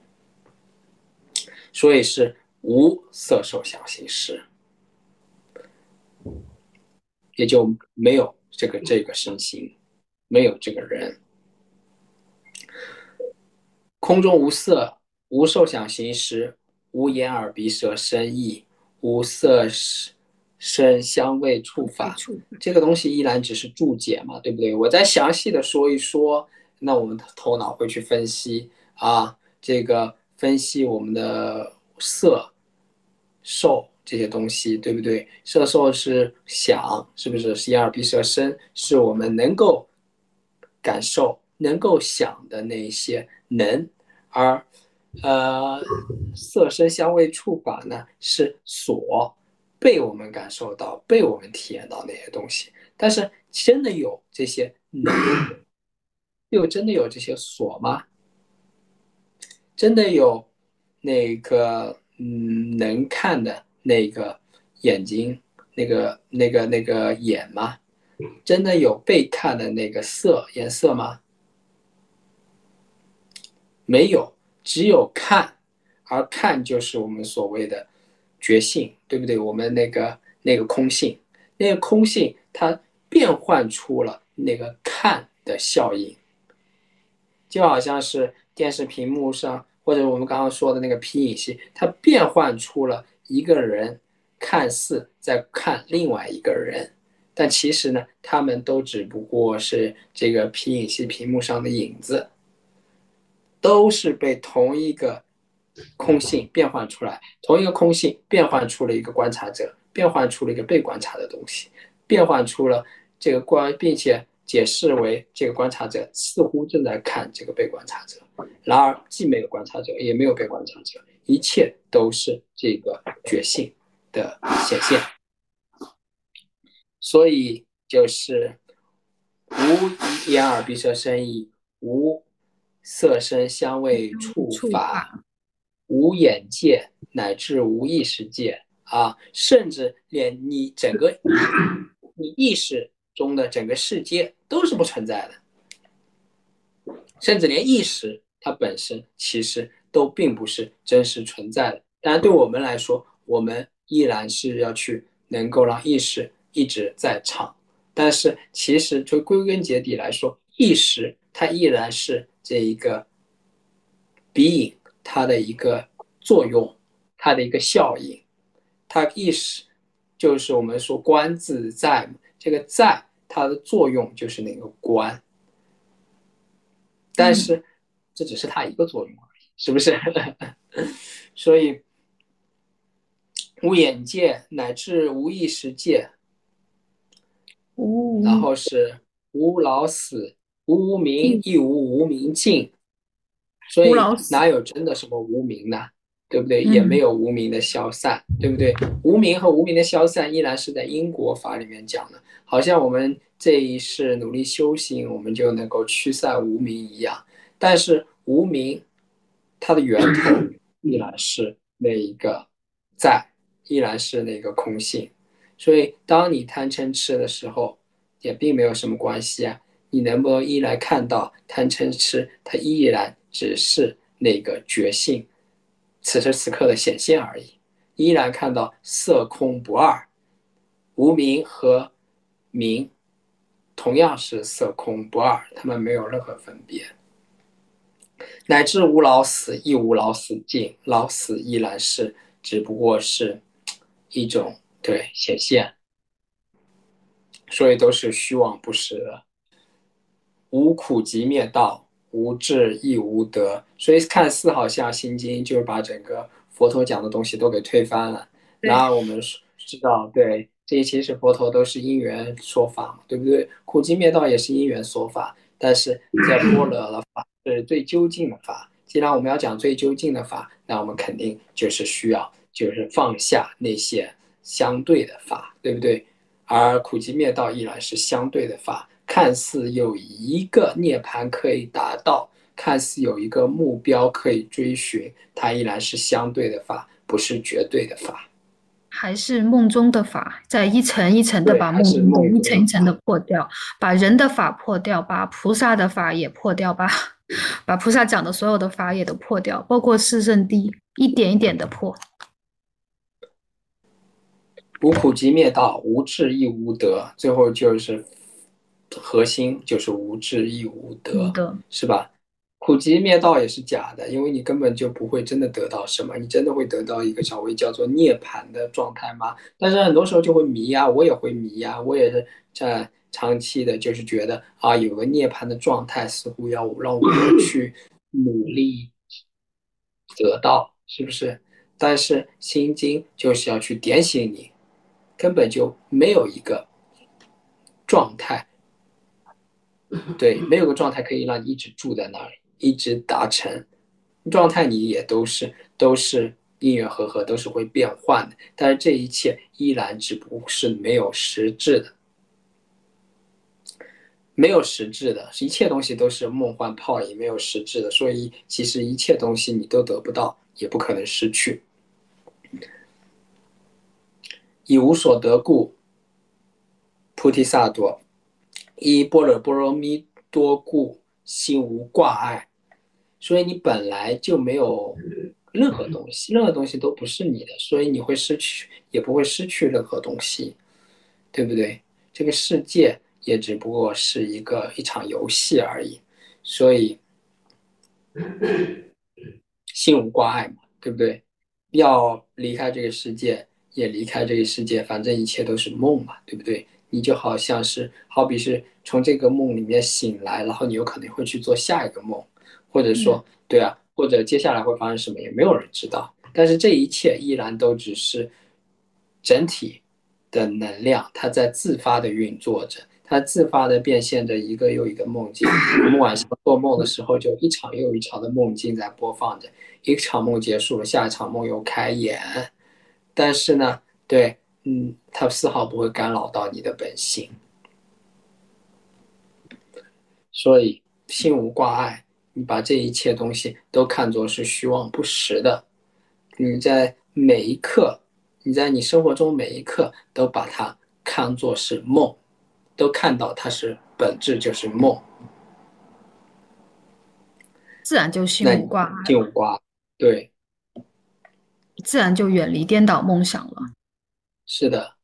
所以是无色受想行识，也就没有这个这个身心，没有这个人。空中无色，无受想行识，无眼耳鼻舌身意，无色声香味触法。这个东西依然只是注解嘛，对不对？我再详细的说一说，那我们头脑会去分析啊，这个分析我们的色、受这些东西，对不对？色受是想，是不是？是眼耳鼻舌身，是我们能够感受能够想的那些能，而呃色声香味触法呢是所被我们感受到、被我们体验到那些东西。但是真的有这些能，又真的有这些所吗？真的有那个嗯能看的那个眼睛，那个那个那个眼吗？真的有被看的那个色颜色吗？没有，只有看，而看就是我们所谓的觉性，对不对？我们那个那个空性，那个空性它变换出了那个看的效应，就好像是电视屏幕上，或者我们刚刚说的那个皮影戏，它变换出了一个人看似在看另外一个人，但其实呢，他们都只不过是这个皮影戏屏幕上的影子，都是被同一个空性变换出来，同一个空性变换出了一个观察者，变换出了一个被观察的东西，变换出了这个观，并且解释为这个观察者似乎正在看这个被观察者，然而既没有观察者，也没有被观察者，一切都是这个觉性的显现。所以就是无眼耳鼻舌身意，无色声香味触触法， 法。 无眼界，乃至无意识界啊，甚至连你整个你意识中的整个世界都是不存在的，甚至连意识它本身其实都并不是真实存在的。当然，对我们来说，我们依然是要去能够让意识一直在场，但是其实就归根结底来说，意识它依然是这一个鼻影它的一个作用，它的一个效应。它意识就是我们说观自在，这个在它的作用就是那个观，但嗯， 是这只是它一个作用而已，是不是？所以无眼界乃至无意识界，然无后是无老死、无无明， 亦亦无无明尽。所无以老死。 哪有真的什么无明呢？对不对？也没嗯， 有无明的消散，对不对？无明和无明的消散依然是在因果法里面讲的，好像我们这一世努力修行，我们就能够驱散无明一样。但是无明它的源头依然是那一个在，依然是那个空性。所以当你贪嗔痴的时候，也并没有什么关系啊。你能不能依然看到贪嗔痴，它依然只是那个觉性，此时此刻的显现而已，依然看到色空不二，无明和明同样是色空不二，它们没有任何分别，乃至无老死亦无老死尽，老死依然是只不过是一种对显现，所以都是虚妄不实的。无苦集灭道，无智亦无得。所以看似好像《心经》就是把整个佛陀讲的东西都给推翻了。然对。 而我们知道，对，这些其实佛陀都是因缘说法嘛，对不对？苦集灭道也是因缘说法，但是在般若的法是最究竟的法。既然我们要讲最究竟的法，那我们肯定就是需要就是放下那些相对的法，对不对？而苦集灭道依然是相对的法。看似有一个涅槃可以达到，看似有一个目标可以追寻，它依然是相对的法，不是绝对的法。 还是梦中的法，在一层一层的对， 把梦还是中的一梦中的法。 层一层的破掉，把人的法破掉，把菩萨的法也破掉，把把菩萨讲的所有的法也都破掉，包括四圣谛，一点一点的破。 无苦集灭道，无智亦无得，最后就是核心就是无智亦无得， 嗯的。 是吧？苦集灭道也是假的，因为你根本就不会真的得到什么，你真的会得到一个所谓叫做涅槃的状态吗？但是很多时候就会迷呀、啊，我也会迷呀、啊，我也是在长期的，就是觉得啊，有个涅槃的状态，似乎要让我去努力得到，是不是？但是心经就是要去点醒你，根本就没有一个状态对，没有个状态可以让你一直住在那里，一直达成。状态你也都是都是因缘和合，都是会变换的，但是这一切依然只不过是没有实质的，没有实质的，一切东西都是梦幻泡影，没有实质的，所以其实一切东西你都得不到，也不可能失去。以无所得故，菩提萨埵；依般若波罗蜜多故，心无挂碍。所以你本来就没有任何东西，任何东西都不是你的，所以你会失去，也不会失去任何东西，对不对？这个世界也只不过是一个一场游戏而已，所以心无挂碍嘛，对不对？要离开这个世界，也离开这个世界，反正一切都是梦嘛，对不对？你就好像是，好比是从这个梦里面醒来，然后你有可能会去做下一个梦，或者嗯， 说，对啊，或者接下来会发生什么，也没有人知道。但是这一切依然都只是整体的能量，它在自发的运作着，它自发的变现着一个又一个梦境。我们晚上做梦的时候，就一场又一场的梦境在播放着，一场梦结束了，下一场梦又开演。但是呢，对，嗯，它丝毫不会干扰到你的本心，所以心无挂碍。你把这一切东西都看作是虚妄不实的，你在每一刻，你在你生活中每一刻都把它看作是梦，都看到它是本质就是梦， 自然就心那你无挂碍了， 心无挂碍。对， 自然就远离颠倒梦想了。 是的，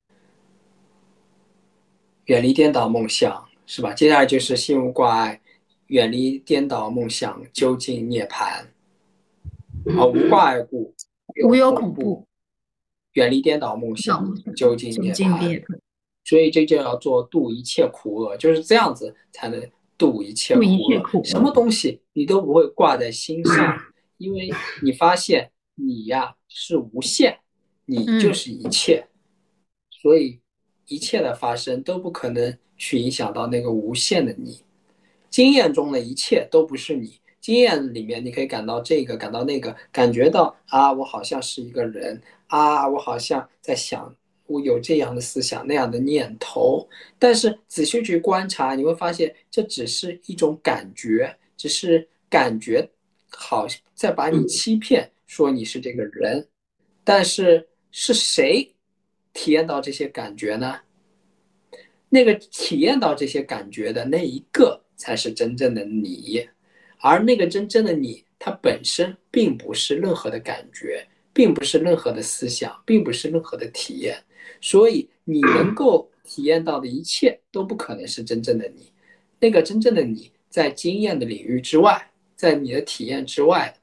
远离颠倒梦想，是吧？接下来就是心无挂碍，远离颠倒梦想，究竟涅槃。而无挂碍故，有无有恐怖， 恐怖， 远离颠倒梦想， 颠倒梦想， 究竟究涅槃。 竟涅槃， 所以这就要做度一切苦厄，就是这样子才能度一切度一苦厄。 切苦厄。 什么东西你都不会挂在心上，因为你发现你呀是无限，你就嗯， 是一切，所以一切的发生都不可能去影响到那个无限的你。经验中的一切都不是你。经验里面，你可以感到这个，感到那个，感觉到啊，我好像是一个人啊，我好像在想，我有这样的思想，那样的念头。但是仔细去观察，你会发现，这只是一种感觉，只是感觉好在把你欺骗，说你是这个人。但是是谁体验到这些感觉呢？那个体验到这些感觉的那一个才是真正的你，而那个真正的你，它本身并不是任何的感觉，并不是任何的思想，并不是任何的体验，所以你能够体验到的一切都不可能是真正的你。那个真正的你在经验的领域之外，在你的体验之外，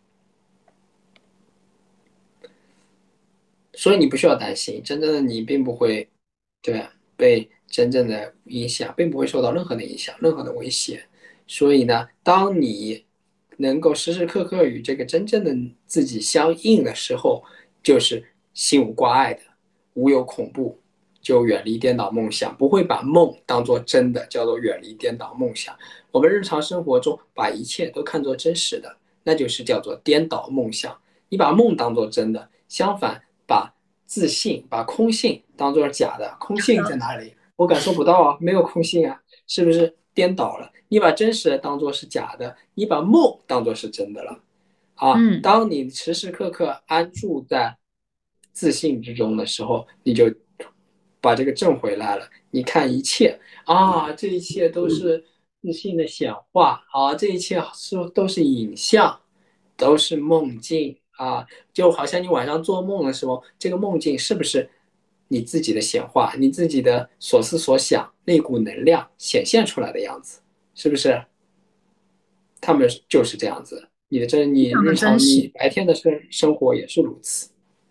所以你不需要担心，真正的你并不会，对啊，被真正的影响，并不会受到任何的影响，任何的威胁。所以呢，当你能够时时刻刻与这个真正的自己相应的时候，就是心无挂碍的，无有恐怖，就远离颠倒梦想，不会把梦当做真的，叫做远离颠倒梦想。我们日常生活中把一切都看作真实的，那就是叫做颠倒梦想。你把梦当作真的，相反，把自信、把空性当作假的。空性在哪里？我感受不到啊，没有空性啊，是不是颠倒了？你把真实的当作是假的，你把梦当作是真的了啊！ 嗯， 当你时时刻刻安住在自信之中的时候，你就把这个挣回来了。你看一切啊，这一切都是自信的显化啊，这一切是都是影像，都是梦境啊，就好像你晚上做梦的时候，这个梦境是不是你自己的显化，你自己的所思所想那股能量显现出来的样子，是不是？他们就是这样子。你的这你非常的日常你真实。 白天的生生活也是如此。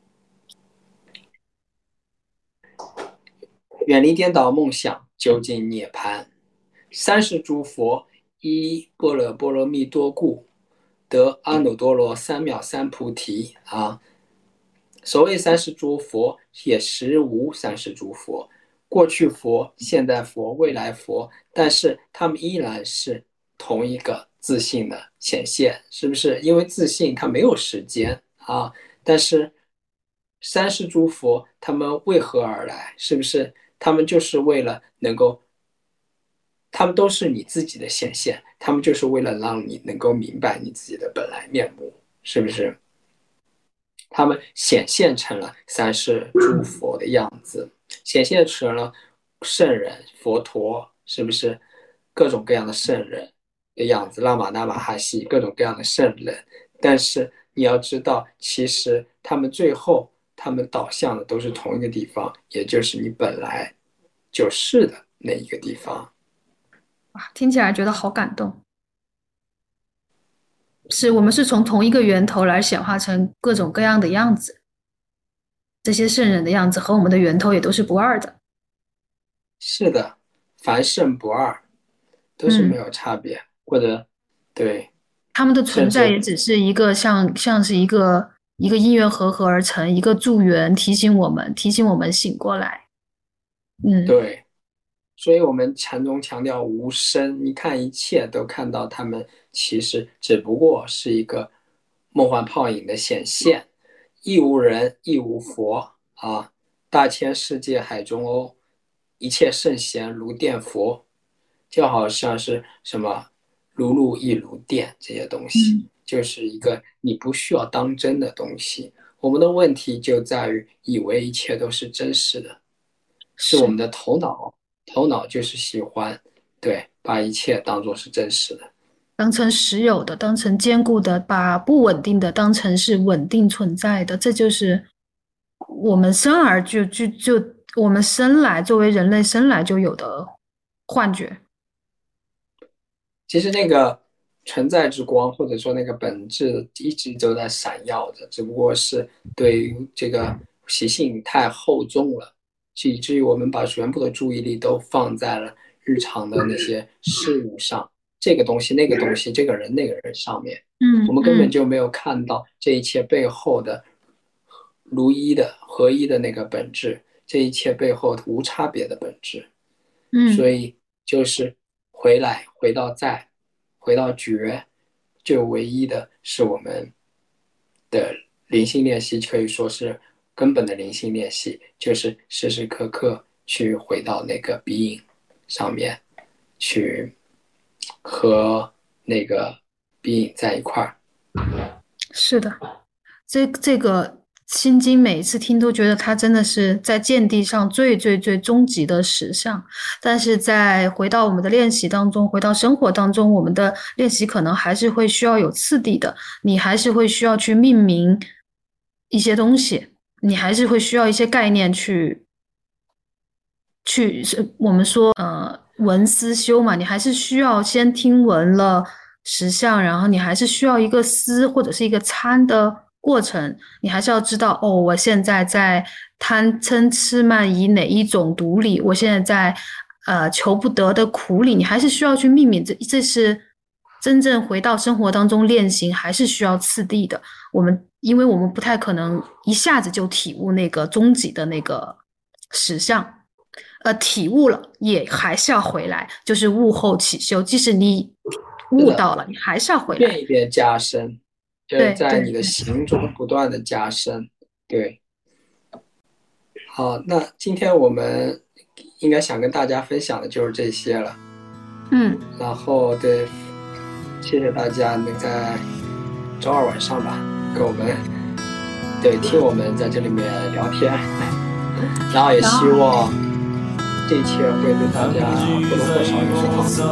远离颠倒梦想，究竟涅槃。三世诸佛依般若波罗蜜多故，得阿耨多罗三藐三菩提啊。所谓三世诸佛，也实无三世诸佛。 过去佛、现代佛、未来佛，但是他们依然是同一个自信的显现，是不是？因为自信它没有时间啊，但是三世诸佛他们为何而来？是不是？他们就是为了能够，他们都是你自己的显现，他们就是为了让你能够明白你自己的本来面目，是不是？他们显现成了三世诸佛的样子，显现成了圣人佛陀，是不是？各种各样的圣人的样子，拉玛那玛哈西，各种各样的圣人。但是你要知道，其实他们最后他们导向的都是同一个地方，也就是你本来就是的那一个地方。 哇，听起来觉得好感动。是我们是从同一个源头来显化成各种各样的样子，这些圣人的样子和我们的源头也都是不二的。 是的，凡圣不二，都是没有差别，嗯、或者对他们的存在也只是一个像像是一个一个因缘合合而成，一个助缘，提醒我们提醒我们醒过来。嗯， 对。所以我们禅宗强调无生，你看一切都看到他们其实只不过是一个梦幻泡影的显现，亦无人亦无佛啊！大千世界海中欧，一切圣贤如电佛，就好像是什么如露亦如电这些东西， 嗯、 就是一个你不需要当真的东西。我们的问题就在于以为一切都是真实的，是我们的头脑。头脑就是喜欢，对，把一切当作是真实的， 当成实有的，当成坚固的，把不稳定的当成是稳定存在的，这就是我们生而就就就我们生来作为人类生来就有的幻觉。 其实那个存在之光，或者说那个本质，一直都在闪耀着，只不过是对于这个习性太厚重了。以至于我们把全部的注意力都放在了日常的那些事物上，这个东西、那个东西、这个人、那个人上面， 嗯， 我们根本就没有看到这一切背后的如一的、合一的那个本质，这一切背后无差别的本质。 嗯， 所以就是回来，回到在，回到觉，就唯一的是我们的灵性练习，可以说是。根本的灵性练习就是时时刻刻去回到那个 being 上面，去和那个 being 在一块儿。 是的，这这个心经每一次听都觉得它真的是在见地上最最最终极的实相，但是在回到我们的练习当中，回到生活当中，我们的练习可能还是会需要有次第的，你还是会需要去命名一些东西。你还是会需要一些概念去，去我们说呃闻思修嘛，你还是需要先听闻了实相，然后你还是需要一个思或者是一个参的过程，你还是要知道哦，我现在在贪嗔痴慢疑哪一种毒里，我现在在呃求不得的苦里，你还是需要去命名，这这是真正回到生活当中练行，还是需要次第的。我们因为我们不太可能一下子就体悟那个终极的那个实相，呃，体悟了也还是要回来，就是悟后起修。即使你悟到了，你还是要回来， 一遍一遍加深，就是在你的行中不断的加深。对，好，那今天我们应该想跟大家分享的就是这些了。 嗯， 然后对，谢谢大家能在周二晚上吧。跟我们对听我们在这里面聊天，然后也希望这一切会对大家或多或少有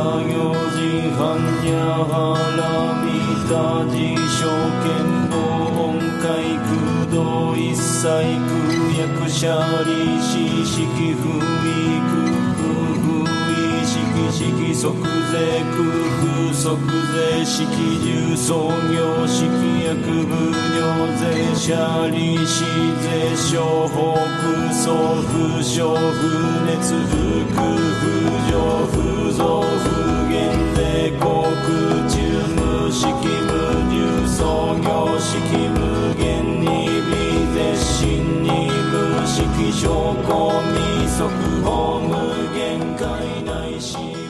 即即税空腹即税式重創業式薬部尿税者利子税商法送付消付熱服不上不増不減税航空注務式無入創業式無限に微税新に無式証拠未速ホーム限界ないし